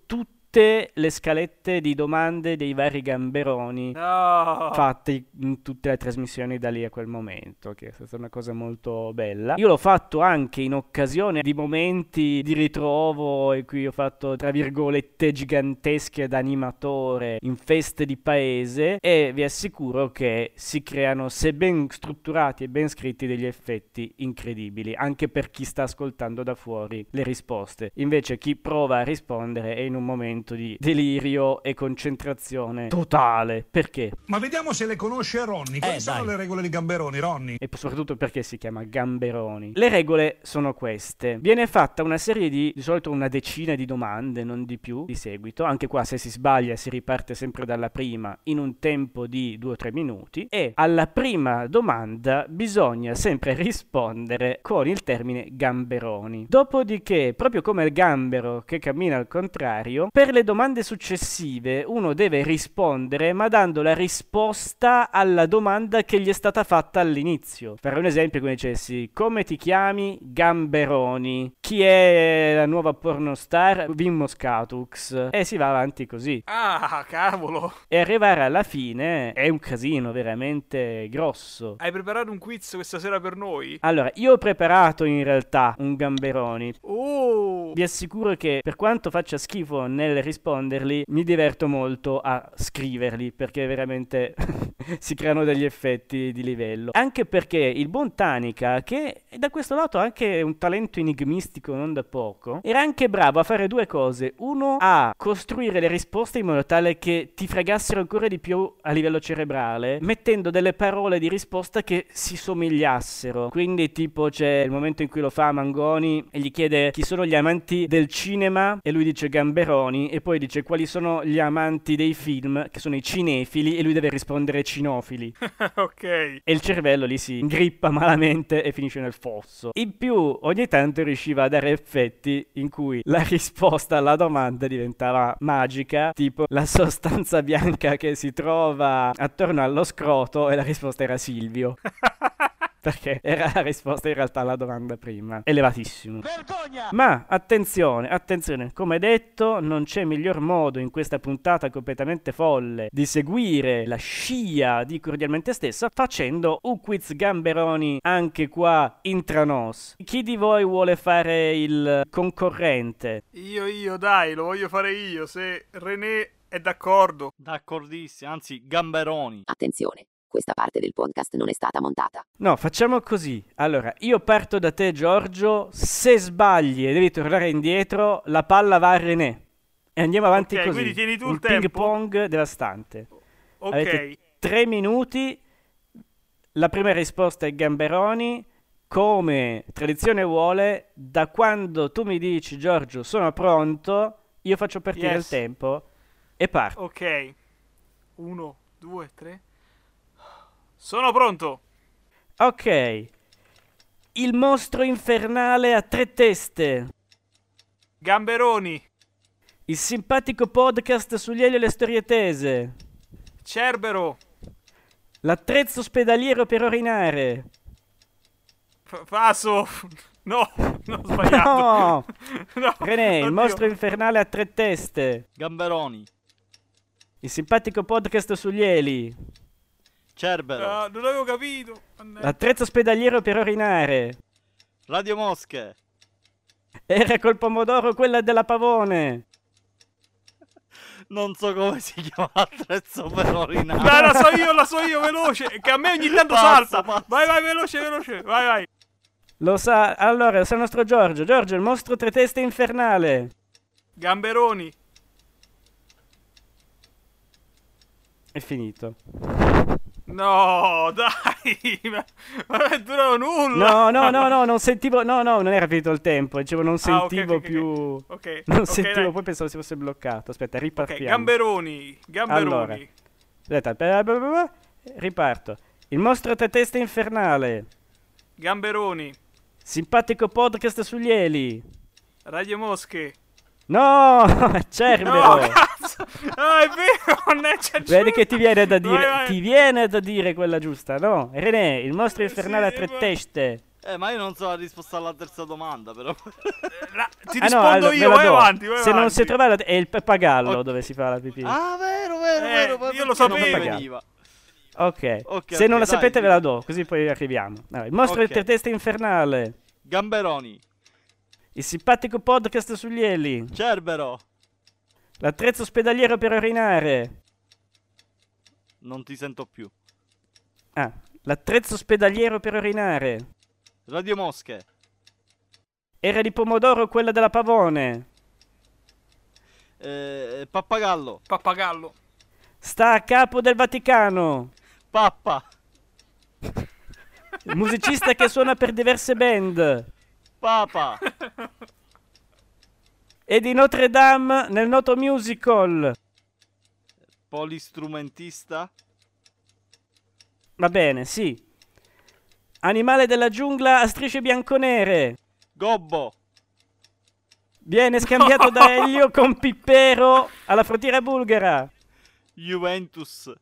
tutte le scalette di domande dei vari gamberoni No. fatte in tutte le trasmissioni da lì a quel momento, che è stata una cosa molto bella. Io l'ho fatto anche in occasione di momenti di ritrovo e qui ho fatto tra virgolette gigantesche da animatore in feste di paese, e vi assicuro che si creano, se ben strutturati e ben scritti, degli effetti incredibili anche per chi sta ascoltando da fuori le risposte. Invece chi prova a rispondere è in un momento di delirio e concentrazione totale. Perché? Ma vediamo se le conosce Ronny. Quali Eh, sono dai. le regole di Gamberoni, Ronny? E soprattutto perché si chiama Gamberoni. Le regole sono queste: viene fatta una serie di, di solito una decina di domande, non di più, di seguito. Anche qua se si sbaglia si riparte sempre dalla prima in un tempo di due o tre minuti, e alla prima domanda bisogna sempre rispondere con il termine gamberoni. Dopodiché, proprio come il gambero che cammina al contrario, per le domande successive uno deve rispondere ma dando la risposta alla domanda che gli è stata fatta all'inizio. Per un esempio, come dicessi: come ti chiami? Gamberoni. Chi è la nuova pornostar? Vin Moscatux. E si va avanti così. Ah, cavolo. E arrivare alla fine è un casino veramente grosso. Hai preparato un quiz questa sera per noi? Allora, io ho preparato in realtà un gamberoni. Oh! Vi assicuro che per quanto faccia schifo nel risponderli, mi diverto molto a scriverli, perché veramente si creano degli effetti di livello. Anche perché il buon Tanica, che da questo lato ha anche un talento enigmistico non da poco, era anche bravo a fare due cose. Uno, a costruire le risposte in modo tale che ti fregassero ancora di più a livello cerebrale, mettendo delle parole di risposta che si somigliassero. Quindi tipo c'è il momento in cui lo fa a Mangoni e gli chiede chi sono gli amanti del cinema e lui dice Gamberoni, e poi dice quali sono gli amanti dei film, che sono i cinefili, e lui deve rispondere cinofili. Ok. E il cervello lì si ingrippa malamente e finisce nel fosso. In più ogni tanto riusciva a dare effetti in cui la risposta alla domanda diventava magica, tipo la sostanza bianca che si trova attorno allo scroto, e la risposta era Silvio. Perché era la risposta in realtà alla domanda prima. Elevatissimo. Vergogna! Ma attenzione, attenzione, come detto non c'è miglior modo in questa puntata completamente folle di seguire la scia di Cordialmente Stessa facendo un quiz gamberoni anche qua intranos. Chi di voi vuole fare il concorrente? Io, io, dai, lo voglio fare io, se René è d'accordo. D'accordissimo, anzi, gamberoni. Attenzione, questa parte del podcast non è stata montata. No, facciamo così. Allora, io parto da te, Giorgio. Se sbagli e devi tornare indietro, la palla va a René. E andiamo avanti Ok, così. quindi tieni tu il un tempo. ping pong devastante. Ok. Avete tre minuti. La prima risposta è Gamberoni. Come tradizione vuole, da quando tu mi dici, Giorgio, sono pronto, io faccio partire Yes. il tempo e parto. Ok. Uno, due, tre. Sono pronto. Ok. Il mostro infernale a tre teste. Gamberoni. Il simpatico podcast sugli Elio e le storie tese. Cerbero. L'attrezzo ospedaliero per orinare. F- Passo. No, non ho sbagliato. No! No, René, il oddio. mostro infernale a tre teste. Gamberoni. Il simpatico podcast sugli Eli. Cerbero. Ah, non avevo capito. Mannaggia. L'attrezzo ospedaliero per orinare. Radio Mosche. Era col pomodoro quella della Pavone. Non so come si chiama l'attrezzo per orinare. Dai, la so io, la so io, veloce. Che a me ogni tanto Passa, salta. passa. Vai, vai, veloce, veloce. Vai, vai. Lo sa, allora, sa il nostro Giorgio. Giorgio, il mostro tre teste infernale. Gamberoni. È finito. No, dai. Ma ma non è durato nulla. No, no, no, no, non sentivo. No, no, non era finito il tempo. Dicevo, non Ah, ok, sentivo ok, ok, più. ok. Non Ok, sentivo, dai. poi pensavo si fosse bloccato. Aspetta, Ok, ripartiamo. Gamberoni. Gamberoni. Allora, aspetta, bla bla bla bla, riparto. Il mostro a tre teste infernale. Gamberoni. Simpatico podcast sugli Eli. Radio Mosche. No, Cerbero. No, cazzo. Ah, è vero, mannaggia. Vedi che ti viene da dire, Vai, vai. ti viene da dire quella giusta, no? René, il mostro infernale a sì, tre ma- teste. Eh, ma io non so la risposta alla terza domanda, però. Ti Ah, rispondo no, allora, io, ve la vai do. avanti, vai Se non avanti. si trova la- è il pappagallo Ok. dove si fa la pipì. Ah, vero, vero, Eh, vero. poi io lo perché non mi sapevo. veniva. Ok, Ok, se ok, non la dai, sapete sì. ve la do, così poi arriviamo. Allora, il mostro Ok. del testa infernale, Gamberoni. il simpatico podcast sugli eli, Cerbero. l'attrezzo ospedaliero per orinare. Non ti sento più. Ah, l'attrezzo ospedaliero per orinare. Radio Mosche. Era di pomodoro quella della Pavone. Eh, pappagallo. Pappagallo. Sta a capo del Vaticano. Pappa. Il musicista che suona per diverse band. Papa. E di Notre Dame nel noto musical. Polistrumentista. Va bene, sì. Animale della giungla a strisce bianconere. Gobbo. Viene scambiato da Elio con Pippero alla frontiera bulgara. Juventus.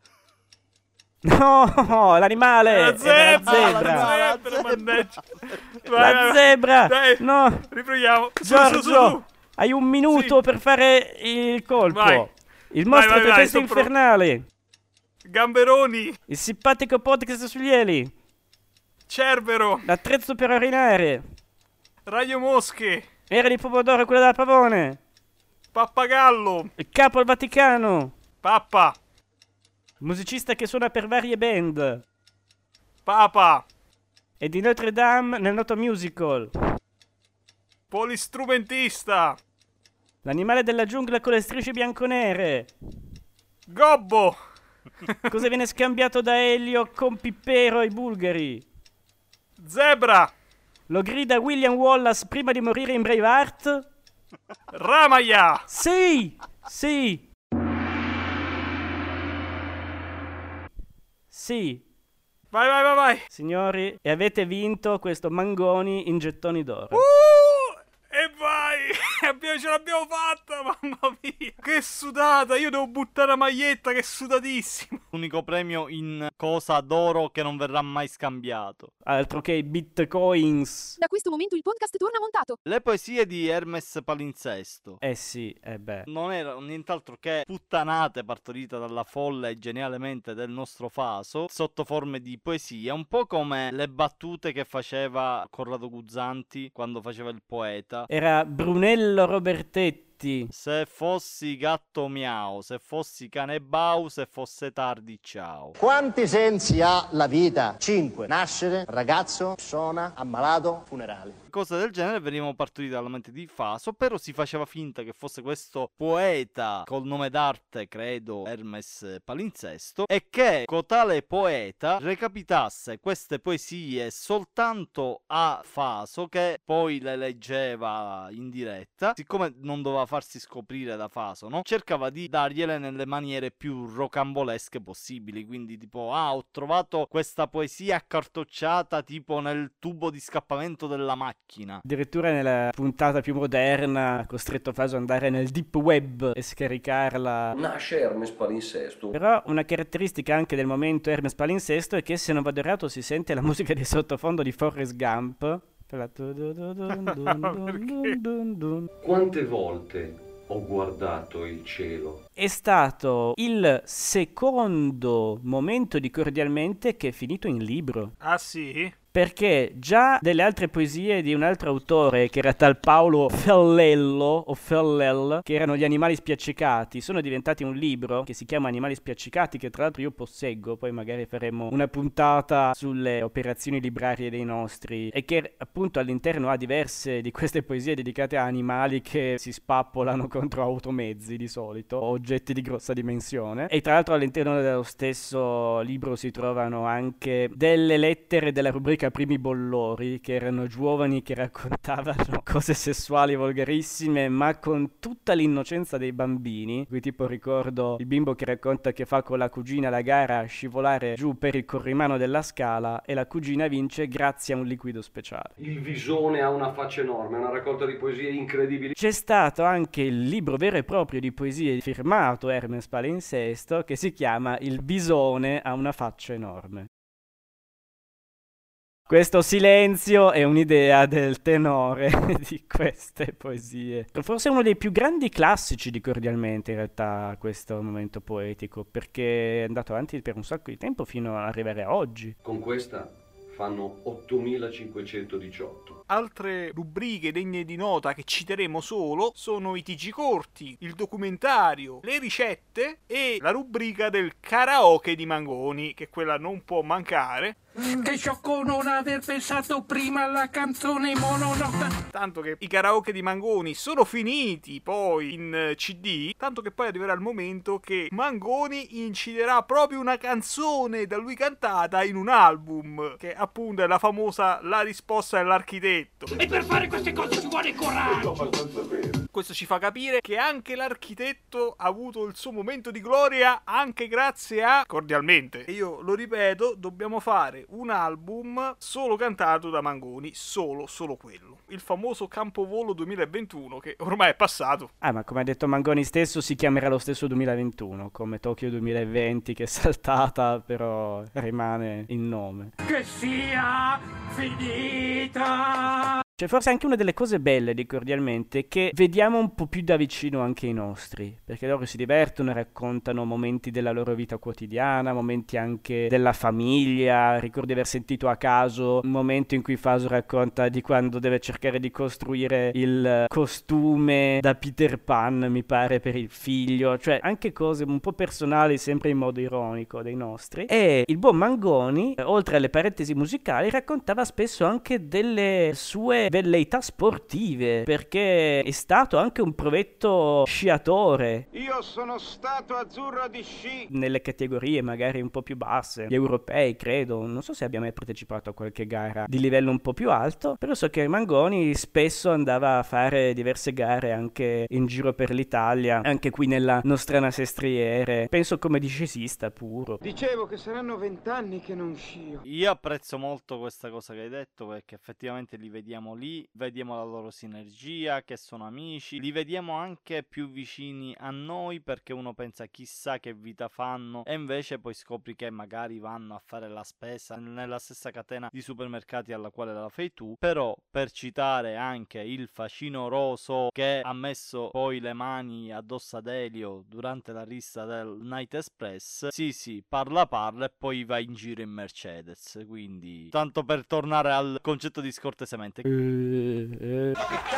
No, l'animale. La era zebra, la la zebra. zebra, mannaggia. Vai, La vai, vai. zebra. Dai, No. riproviamo. Su, Giorgio, su, su, su. hai un minuto Sì. per fare il colpo. Vai. Il Vai, mostro vai, del vai, testo son pro- infernale. Gamberoni. Il simpatico podcast sugli eli. Cerbero. L'attrezzo per orinare. Radio Mosche. Era di pomodoro quella della Pavone. Pappagallo. Il capo al Vaticano. Pappa. Musicista che suona per varie band. Papa. E di Notre Dame nel noto musical. Polistrumentista. L'animale della giungla con le strisce bianconere. Gobbo. Cosa viene scambiato da Elio con Pippero ai bulgari? Zebra. Lo grida William Wallace prima di morire in Braveheart? Ramaya. Sì, sì. Sì. Vai, vai, vai, vai. Signori, e avete vinto questo Mangoni in gettoni d'oro. Uh, e vai. Abbiamo- ce l'abbiamo fatta, mamma mia. Che sudata. Io devo buttare la maglietta, che sudatissimo. Unico premio in cosa d'oro che non verrà mai scambiato. Altro che bitcoins. Da questo momento il podcast torna montato. Le poesie di Hermes Palinsesto. Eh sì, eh beh. Non erano nient'altro che puttanate partorite dalla folle e genialemente del nostro Faso sotto forme di poesia, un po' come le battute che faceva Corrado Guzzanti quando faceva il poeta. Era Brunello Robertetti. Se fossi gatto miau, se fossi cane bau, se fosse tardi ciao. Quanti sensi ha la vita? Cinque. Nascere, ragazzo, persona, ammalato, funerale. Cose del genere venivano partorite dalla mente di Faso, però si faceva finta che fosse questo poeta col nome d'arte, credo, Hermes Palinsesto, e che cotale poeta recapitasse queste poesie soltanto a Faso, che poi le leggeva in diretta. Siccome non doveva farsi scoprire da Faso, no? Cercava di dargliele nelle maniere più rocambolesche possibili, quindi tipo, ah, ho trovato questa poesia accartocciata tipo nel tubo di scappamento della macchina. Addirittura nella puntata più moderna ha costretto Faso ad andare nel deep web e scaricarla. Nasce Hermes Palinsesto. Però una caratteristica anche del momento Hermes Palinsesto è che, se non vado errato, si sente la musica di sottofondo di Forrest Gump. Quante volte ho guardato il cielo? È stato il secondo momento di Cordialmente che è finito in libro. Ah sì? Perché già delle altre poesie di un altro autore, che era tal Paolo Fellello o Fellel, che erano Gli animali spiaccicati, sono diventati un libro che si chiama Animali spiaccicati, che tra l'altro io posseggo. Poi magari faremo una puntata sulle operazioni librarie dei nostri, e che appunto all'interno ha diverse di queste poesie dedicate a animali che si spappolano contro automezzi di solito, o oggetti di grossa dimensione. E tra l'altro all'interno dello stesso libro si trovano anche delle lettere della rubrica Primi Bollori, che erano giovani che raccontavano cose sessuali volgarissime, ma con tutta l'innocenza dei bambini. Qui tipo ricordo il bimbo che racconta che fa con la cugina la gara a scivolare giù per il corrimano della scala, e la cugina vince grazie a un liquido speciale. Il visone ha una faccia enorme, una raccolta di poesie incredibili. C'è stato anche il libro vero e proprio di poesie firmato Hermes Palinsesto, che si chiama Il bisone ha una faccia enorme. Questo silenzio è un'idea del tenore di queste poesie. Forse uno dei più grandi classici di Cordialmente, in realtà, questo momento poetico, perché è andato avanti per un sacco di tempo fino ad arrivare a oggi. Con questa fanno ottomilacinquecentodiciotto. Altre rubriche degne di nota che citeremo solo sono i T G corti, il documentario, le ricette e la rubrica del karaoke di Mangoni, che quella non può mancare. Che sciocco non aver pensato prima alla canzone mononota. Tanto che i karaoke di Mangoni sono finiti poi in C D, tanto che poi arriverà il momento che Mangoni inciderà proprio una canzone da lui cantata in un album, che appunto è la famosa La risposta dell'architetto. E per fare queste cose ci vuole coraggio. Questo ci fa capire che anche l'architetto ha avuto il suo momento di gloria anche grazie a Cordialmente. E io lo ripeto, dobbiamo fare un album solo cantato da Mangoni, solo, solo quello. Il famoso Campovolo duemilaventuno, che ormai è passato. Ah, ma come ha detto Mangoni stesso, si chiamerà lo stesso duemilaventuno, come Tokyo duemilaventi, che è saltata, però rimane il nome. Che sia finita. C'è forse anche una delle cose belle di Cordialmente, che vediamo un po' più da vicino anche i nostri, perché loro si divertono, raccontano momenti della loro vita quotidiana, momenti anche della famiglia. Ricordo di aver sentito a caso un momento in cui Faso racconta di quando deve cercare di costruire il costume da Peter Pan, mi pare, per il figlio, cioè anche cose un po' personali, sempre in modo ironico, dei nostri. E il buon Mangoni, oltre alle parentesi musicali, raccontava spesso anche delle sue velleità sportive, perché è stato anche un provetto sciatore. Io sono stato azzurro di sci. Nelle categorie magari un po' più basse, gli europei credo, non so se abbia mai partecipato a qualche gara di livello un po' più alto, però so che Mangoni spesso andava a fare diverse gare anche in giro per l'Italia, anche qui nella Nostrana Sestriere, penso come discesista puro. Dicevo che saranno vent'anni che non scio. Io apprezzo molto questa cosa che hai detto, perché effettivamente li vediamo lì, vediamo la loro sinergia, che sono amici, li vediamo anche più vicini a noi, perché uno pensa chissà che vita fanno, e invece poi scopri che magari vanno a fare la spesa nella stessa catena di supermercati alla quale la fai tu. Però, per citare anche il facinoroso che ha messo poi le mani addosso ad Elio durante la rissa del Night Express, sì sì, parla parla e poi va in giro in Mercedes, quindi tanto per tornare al concetto di scortesemente. Dai!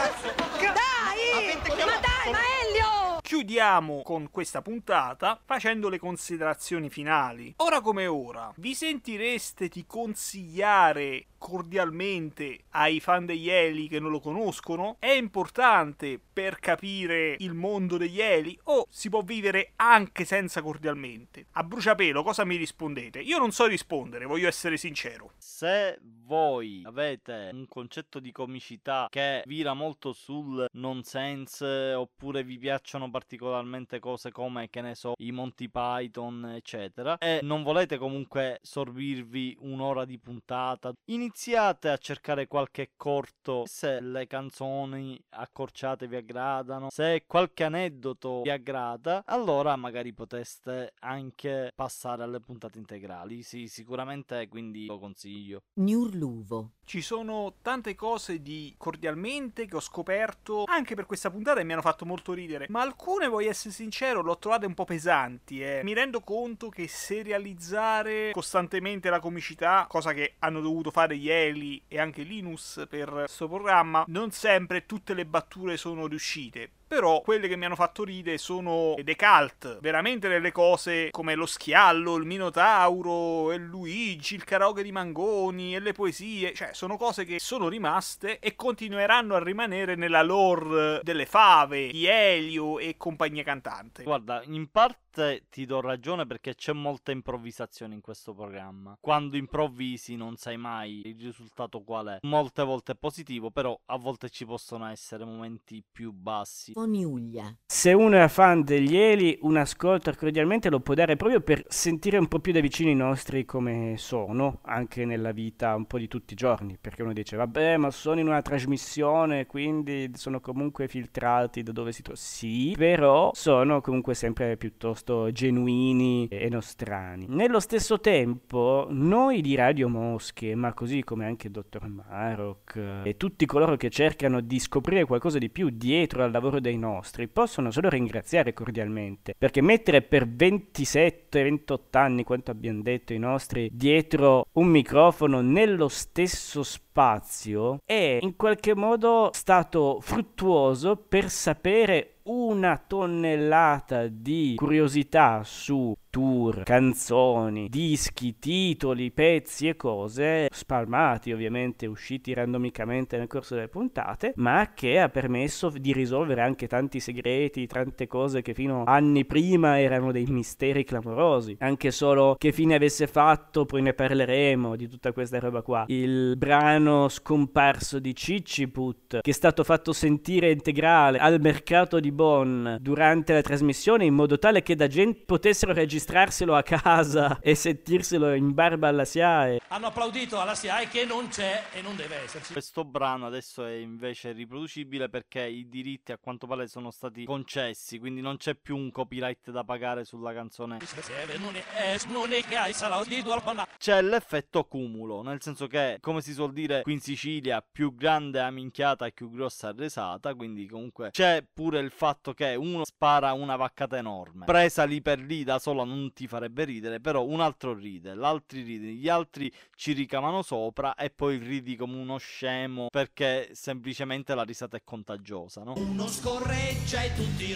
Ma dai, ma Elio! Chiudiamo con questa puntata facendo le considerazioni finali. Ora come ora, vi sentireste di consigliare cordialmente ai fan degli Eli che non lo conoscono? È importante per capire il mondo degli Eli o si può vivere anche senza Cordialmente? A bruciapelo cosa mi rispondete? Io non so rispondere, voglio essere sincero. Se voi avete un concetto di comicità che vira molto sul nonsense, oppure vi piacciono particolarmente cose come, che ne so, i Monty Python eccetera, e non volete comunque sorbirvi un'ora di puntata, iniziate a cercare qualche corto. Se le canzoni accorciate vi aggradano, se qualche aneddoto vi aggrada, allora magari poteste anche passare alle puntate integrali. Sì, sicuramente, quindi lo consiglio. Niurluvo. Ci sono tante cose di Cordialmente che ho scoperto anche per questa puntata e mi hanno fatto molto ridere, ma alcune, voglio essere sincero, l'ho trovate un po' pesanti e eh. mi rendo conto che serializzare costantemente la comicità, cosa che hanno dovuto fare gli Eli e anche Linus per questo programma, non sempre tutte le batture sono riuscite. Però quelle che mi hanno fatto ridere sono dei cult, veramente delle cose come lo schiallo, il Minotauro, e Luigi, il karaoke di Mangoni e le poesie, cioè sono cose che sono rimaste e continueranno a rimanere nella lore delle fave, di Elio e compagnia cantante. Guarda, in parte ti do ragione, perché c'è molta improvvisazione in questo programma. Quando improvvisi non sai mai il risultato qual è. Molte volte è positivo, però a volte ci possono essere momenti più bassi. Poniuglia. Se uno è fan degli Eli, un ascolto cordialmente lo può dare proprio per sentire un po' più da vicino i nostri come sono, anche nella vita un po' di tutti i giorni, perché uno dice vabbè ma sono in una trasmissione quindi sono comunque filtrati da dove si trovano. Sì, però sono comunque sempre piuttosto genuini e nostrani. Nello stesso tempo noi di Radio Mosche, ma così come anche il dottor Marok e tutti coloro che cercano di scoprire qualcosa di più dietro al lavoro dei nostri, possono solo ringraziare cordialmente, perché mettere per ventisette ventotto anni, quanto abbiamo detto i nostri, dietro un microfono nello stesso spazio è in qualche modo stato fruttuoso per sapere una tonnellata di curiosità su tour, canzoni, dischi, titoli, pezzi e cose spalmati, ovviamente usciti randomicamente nel corso delle puntate, ma che ha permesso di risolvere anche tanti segreti, tante cose che fino a anni prima erano dei misteri clamorosi. Anche solo che fine avesse fatto, poi ne parleremo di tutta questa roba qua, il brano scomparso di Ciciput, che è stato fatto sentire integrale al mercato di Bonn durante la trasmissione, in modo tale che da gente potessero registrarselo a casa e sentirselo in barba alla S I A E. Hanno applaudito alla S I A E che non c'è e non deve esserci. Questo brano adesso è invece riproducibile perché i diritti a quanto pare sono stati concessi, quindi non c'è più un copyright da pagare sulla canzone. C'è l'effetto cumulo, nel senso che, come si suol dire qui in Sicilia, più grande a minchiata e più grossa a resata, quindi comunque c'è pure il fatto che uno spara una vaccata enorme, presa lì per lì da sola non ti farebbe ridere, però un altro ride, l'altro ride, gli altri ci ricamano sopra e poi ridi come uno scemo perché semplicemente la risata è contagiosa, no? Uno scorreggia e tutti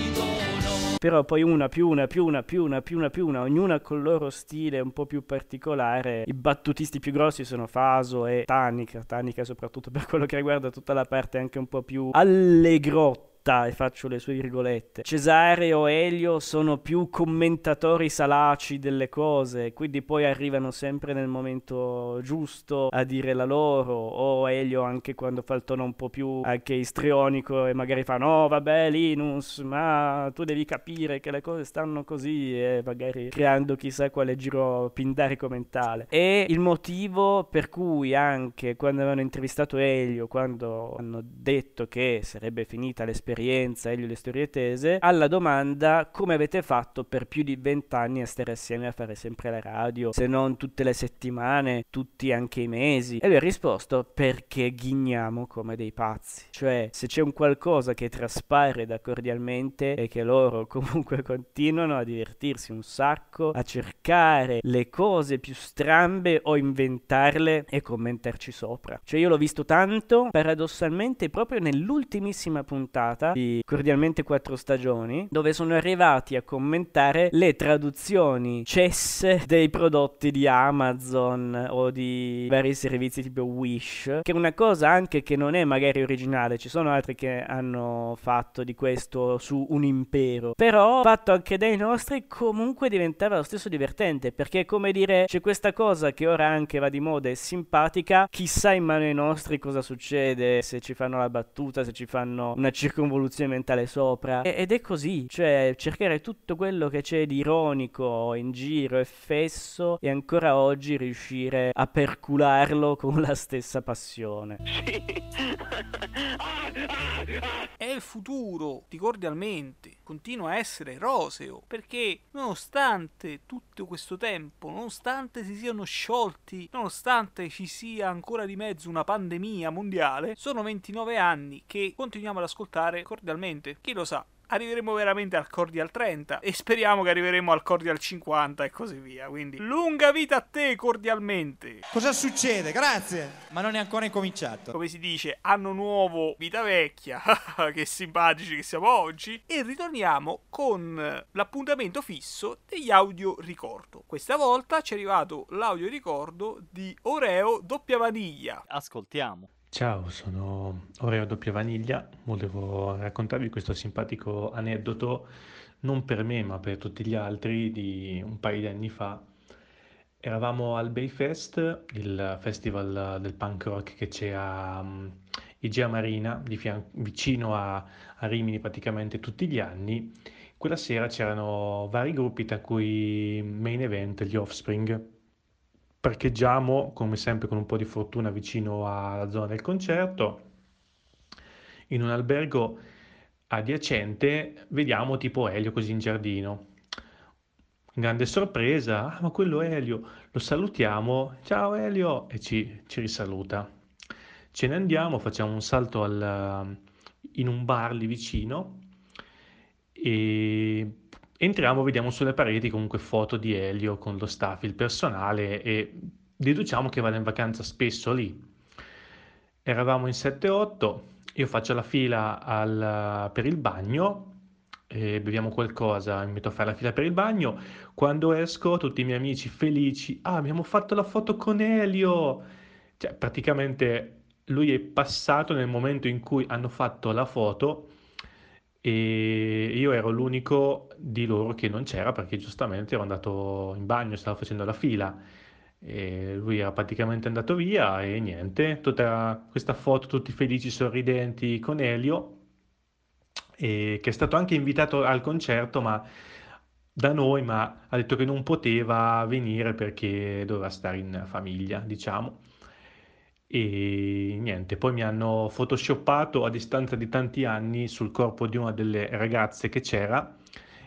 ridono. Però poi una più una più una più una più una più una, ognuna col loro stile un po' più particolare. I battutisti più grossi sono Faso e Tanica, Tanica soprattutto per quello che riguarda tutta la parte anche un po' più allegrotta, e faccio le sue virgolette. Cesare o Elio sono più commentatori salaci delle cose, quindi poi arrivano sempre nel momento giusto a dire la loro, o Elio anche quando fa il tono un po' più anche istrionico e magari fa no vabbè Linus, ma tu devi capire che le cose stanno così, e magari creando chissà quale giro pindarico mentale. E il motivo per cui anche quando avevano intervistato Elio, quando hanno detto che sarebbe finita l'esperienza Elio e le storie tese, alla domanda come avete fatto per più di vent'anni a stare assieme a fare sempre la radio, se non tutte le settimane, tutti anche i mesi, e lui ha risposto perché ghigniamo come dei pazzi. Cioè, se c'è un qualcosa che traspare da cordialmente è che loro comunque continuano a divertirsi un sacco, a cercare le cose più strambe o inventarle e commentarci sopra. Cioè io l'ho visto tanto paradossalmente proprio nell'ultimissima puntata di Cordialmente Quattro Stagioni, dove sono arrivati a commentare le traduzioni cesse dei prodotti di Amazon o di vari servizi tipo Wish, che è una cosa anche che non è magari originale, ci sono altri che hanno fatto di questo su un impero, però fatto anche dai nostri comunque diventava lo stesso divertente, perché come dire c'è questa cosa che ora anche va di moda e simpatica, chissà in mano ai nostri cosa succede se ci fanno la battuta, se ci fanno una circonvoluzione mentale sopra, e- ed è così, cioè cercare tutto quello che c'è di ironico in giro e fesso e ancora oggi riuscire a percularlo con la stessa passione. E il futuro di Cordialmente continua a essere roseo, perché nonostante tutto questo tempo, nonostante si siano sciolti, nonostante ci sia ancora di mezzo una pandemia mondiale, sono ventinove anni che continuiamo ad ascoltare Cordialmente. Chi lo sa, arriveremo veramente al Cordial trenta e speriamo che arriveremo al Cordial cinquanta e così via. Quindi lunga vita a te Cordialmente. Cosa succede? Grazie. Ma non è ancora incominciato. Come si dice, anno nuovo, vita vecchia. Che simpatici che siamo oggi. E ritorniamo con l'appuntamento fisso degli audio ricordo. Questa volta ci è arrivato l'audio ricordo di Oreo Doppia Vaniglia. Ascoltiamo. Ciao, sono Oreo Doppia Vaniglia, volevo raccontarvi questo simpatico aneddoto, non per me ma per tutti gli altri, di un paio di anni fa. Eravamo al Bayfest, il festival del punk rock che c'è a um, Igea Marina, di fian- vicino a, a Rimini praticamente tutti gli anni. Quella sera c'erano vari gruppi, tra cui main event gli Offspring. Parcheggiamo, come sempre con un po' di fortuna, vicino alla zona del concerto. In un albergo adiacente vediamo tipo Elio così in giardino. Grande sorpresa, ah, ma quello è Elio, lo salutiamo, ciao Elio, e ci, ci risaluta. Ce ne andiamo, facciamo un salto al, in un bar lì vicino e entriamo, vediamo sulle pareti comunque foto di Elio con lo staff, il personale, e deduciamo che vada in vacanza spesso lì. Eravamo in sette otto, io faccio la fila al, per il bagno, e beviamo qualcosa, mi metto a fare la fila per il bagno. Quando esco, tutti i miei amici felici, ah, abbiamo fatto la foto con Elio! Cioè, praticamente lui è passato nel momento in cui hanno fatto la foto e io ero l'unico di loro che non c'era perché giustamente ero andato in bagno, stavo facendo la fila. E lui era praticamente andato via e niente, tutta questa foto, tutti felici, sorridenti con Elio, e che è stato anche invitato al concerto ma da noi, ma ha detto che non poteva venire perché doveva stare in famiglia, diciamo. E niente, poi mi hanno photoshoppato a distanza di tanti anni sul corpo di una delle ragazze che c'era,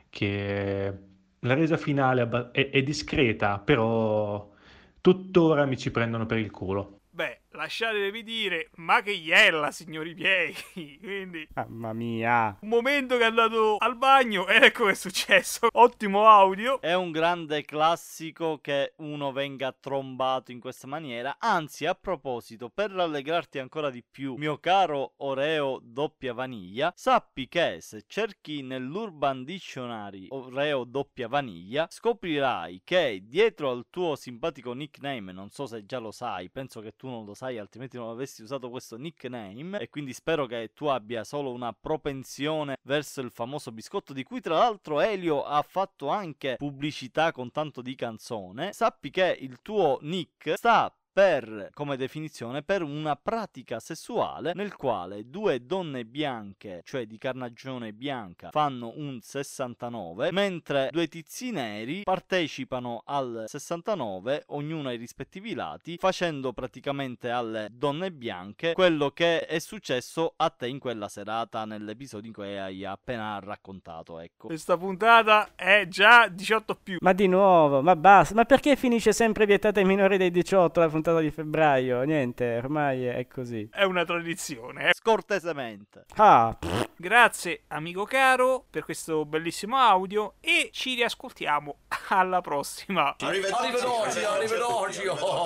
che la resa finale è, è discreta, però tuttora mi ci prendono per il culo. Beh, lasciatevi dire, ma che iella, signori miei. Quindi, mamma mia, un momento che è andato al bagno ed ecco che è successo. Ottimo audio. È un grande classico che uno venga trombato in questa maniera. Anzi, a proposito, per rallegrarti ancora di più, mio caro Oreo doppia vaniglia, sappi che se cerchi nell'Urban Dictionary Oreo doppia vaniglia, scoprirai che dietro al tuo simpatico nickname, non so se già lo sai, penso che tu non lo sai, altrimenti non avresti usato questo nickname, e quindi spero che tu abbia solo una propensione verso il famoso biscotto, di cui tra l'altro Elio ha fatto anche pubblicità con tanto di canzone. Sappi che il tuo nick sta per, come definizione, per una pratica sessuale nel quale due donne bianche, cioè di carnagione bianca, fanno un sessantanove, mentre due tizi neri partecipano al sessantanove, ognuno ai rispettivi lati, facendo praticamente alle donne bianche quello che è successo a te in quella serata nell'episodio in cui hai appena raccontato, ecco. Questa puntata è già diciotto più. Ma di nuovo, ma basta, ma perché finisce sempre vietata ai minori dei diciotto la puntata di febbraio? Niente, ormai è così. È una tradizione, eh. Scortesemente. Ah. Grazie amico caro per questo bellissimo audio e ci riascoltiamo alla prossima. Arrivederci, arrivederci,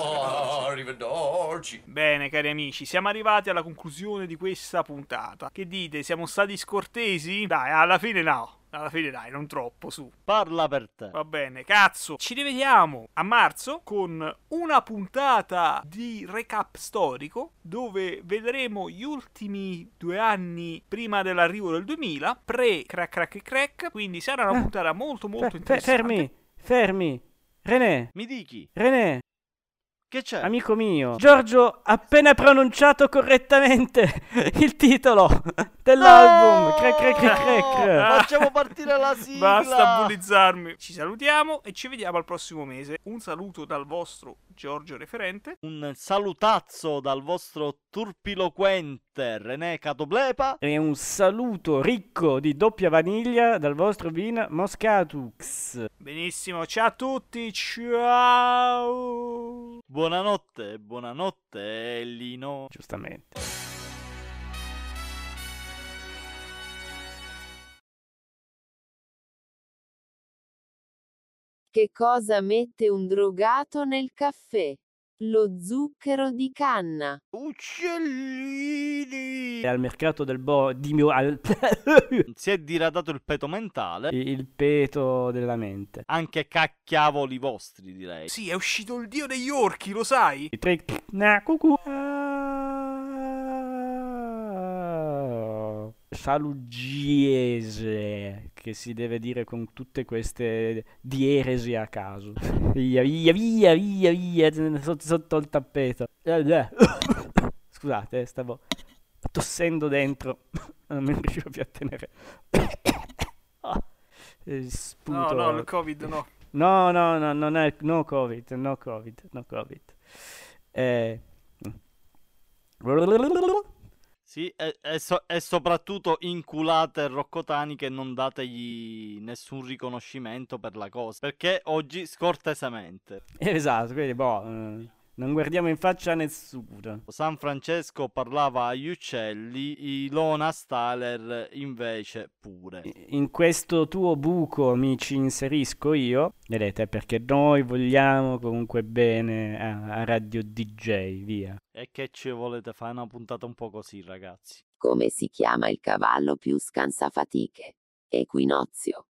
oh, arrivederci. Bene cari amici, siamo arrivati alla conclusione di questa puntata. Che dite, siamo stati scortesi? Dai, alla fine no. Alla fine dai, non troppo, su. Parla per te. Va bene, cazzo. Ci rivediamo a marzo con una puntata di recap storico dove vedremo gli ultimi due anni prima dell'arrivo del duemila, pre crack crack crack, quindi sarà una puntata molto molto Fer- interessante. Fermi, fermi. René. Mi dichi? René. Che c'è? Amico mio, Giorgio ha appena pronunciato correttamente il titolo dell'album. No! Crack, crack, crack, crack. Facciamo partire la sigla. Basta bullizzarmi. Ci salutiamo e ci vediamo al prossimo mese. Un saluto dal vostro Giorgio Referente. Un salutazzo dal vostro turpiloquente René Catoblepa. E un saluto ricco di doppia vaniglia dal vostro Vin Moscatux. Benissimo, ciao a tutti. Ciao. Buonanotte, buonanotte Lino. Giustamente. Che cosa mette un drogato nel caffè? Lo zucchero di canna. Uccellini. Al mercato del bo... Di mio... al... Si è diradato il peto mentale. Il peto della mente. Anche cacchiavoli vostri, direi. Sì, è uscito il dio degli orchi, lo sai? Tre... Na, cucù. Salugiese, che si deve dire con tutte queste dieresi a caso. Via, via, via, via, via, sotto, sotto il tappeto. Scusate, stavo... tossendo dentro, non mi riuscivo più a tenere. Ah, eh, sputo. No, no, il Covid no. No, no, no, non è no Covid, no Covid, no Covid. Eh... Sì, e, e, so, e soprattutto inculate Roccotani che non dategli nessun riconoscimento per la cosa, perché oggi scortesemente. Esatto, quindi boh, eh, non guardiamo in faccia a nessuno. San Francesco parlava agli uccelli, Ilona Staller invece pure. In questo tuo buco mi ci inserisco io, vedete, perché noi vogliamo comunque bene a, a Radio D J, via. E che ci volete fare una puntata un po' così, ragazzi? Come si chiama il cavallo più scansafatiche? Equinozio.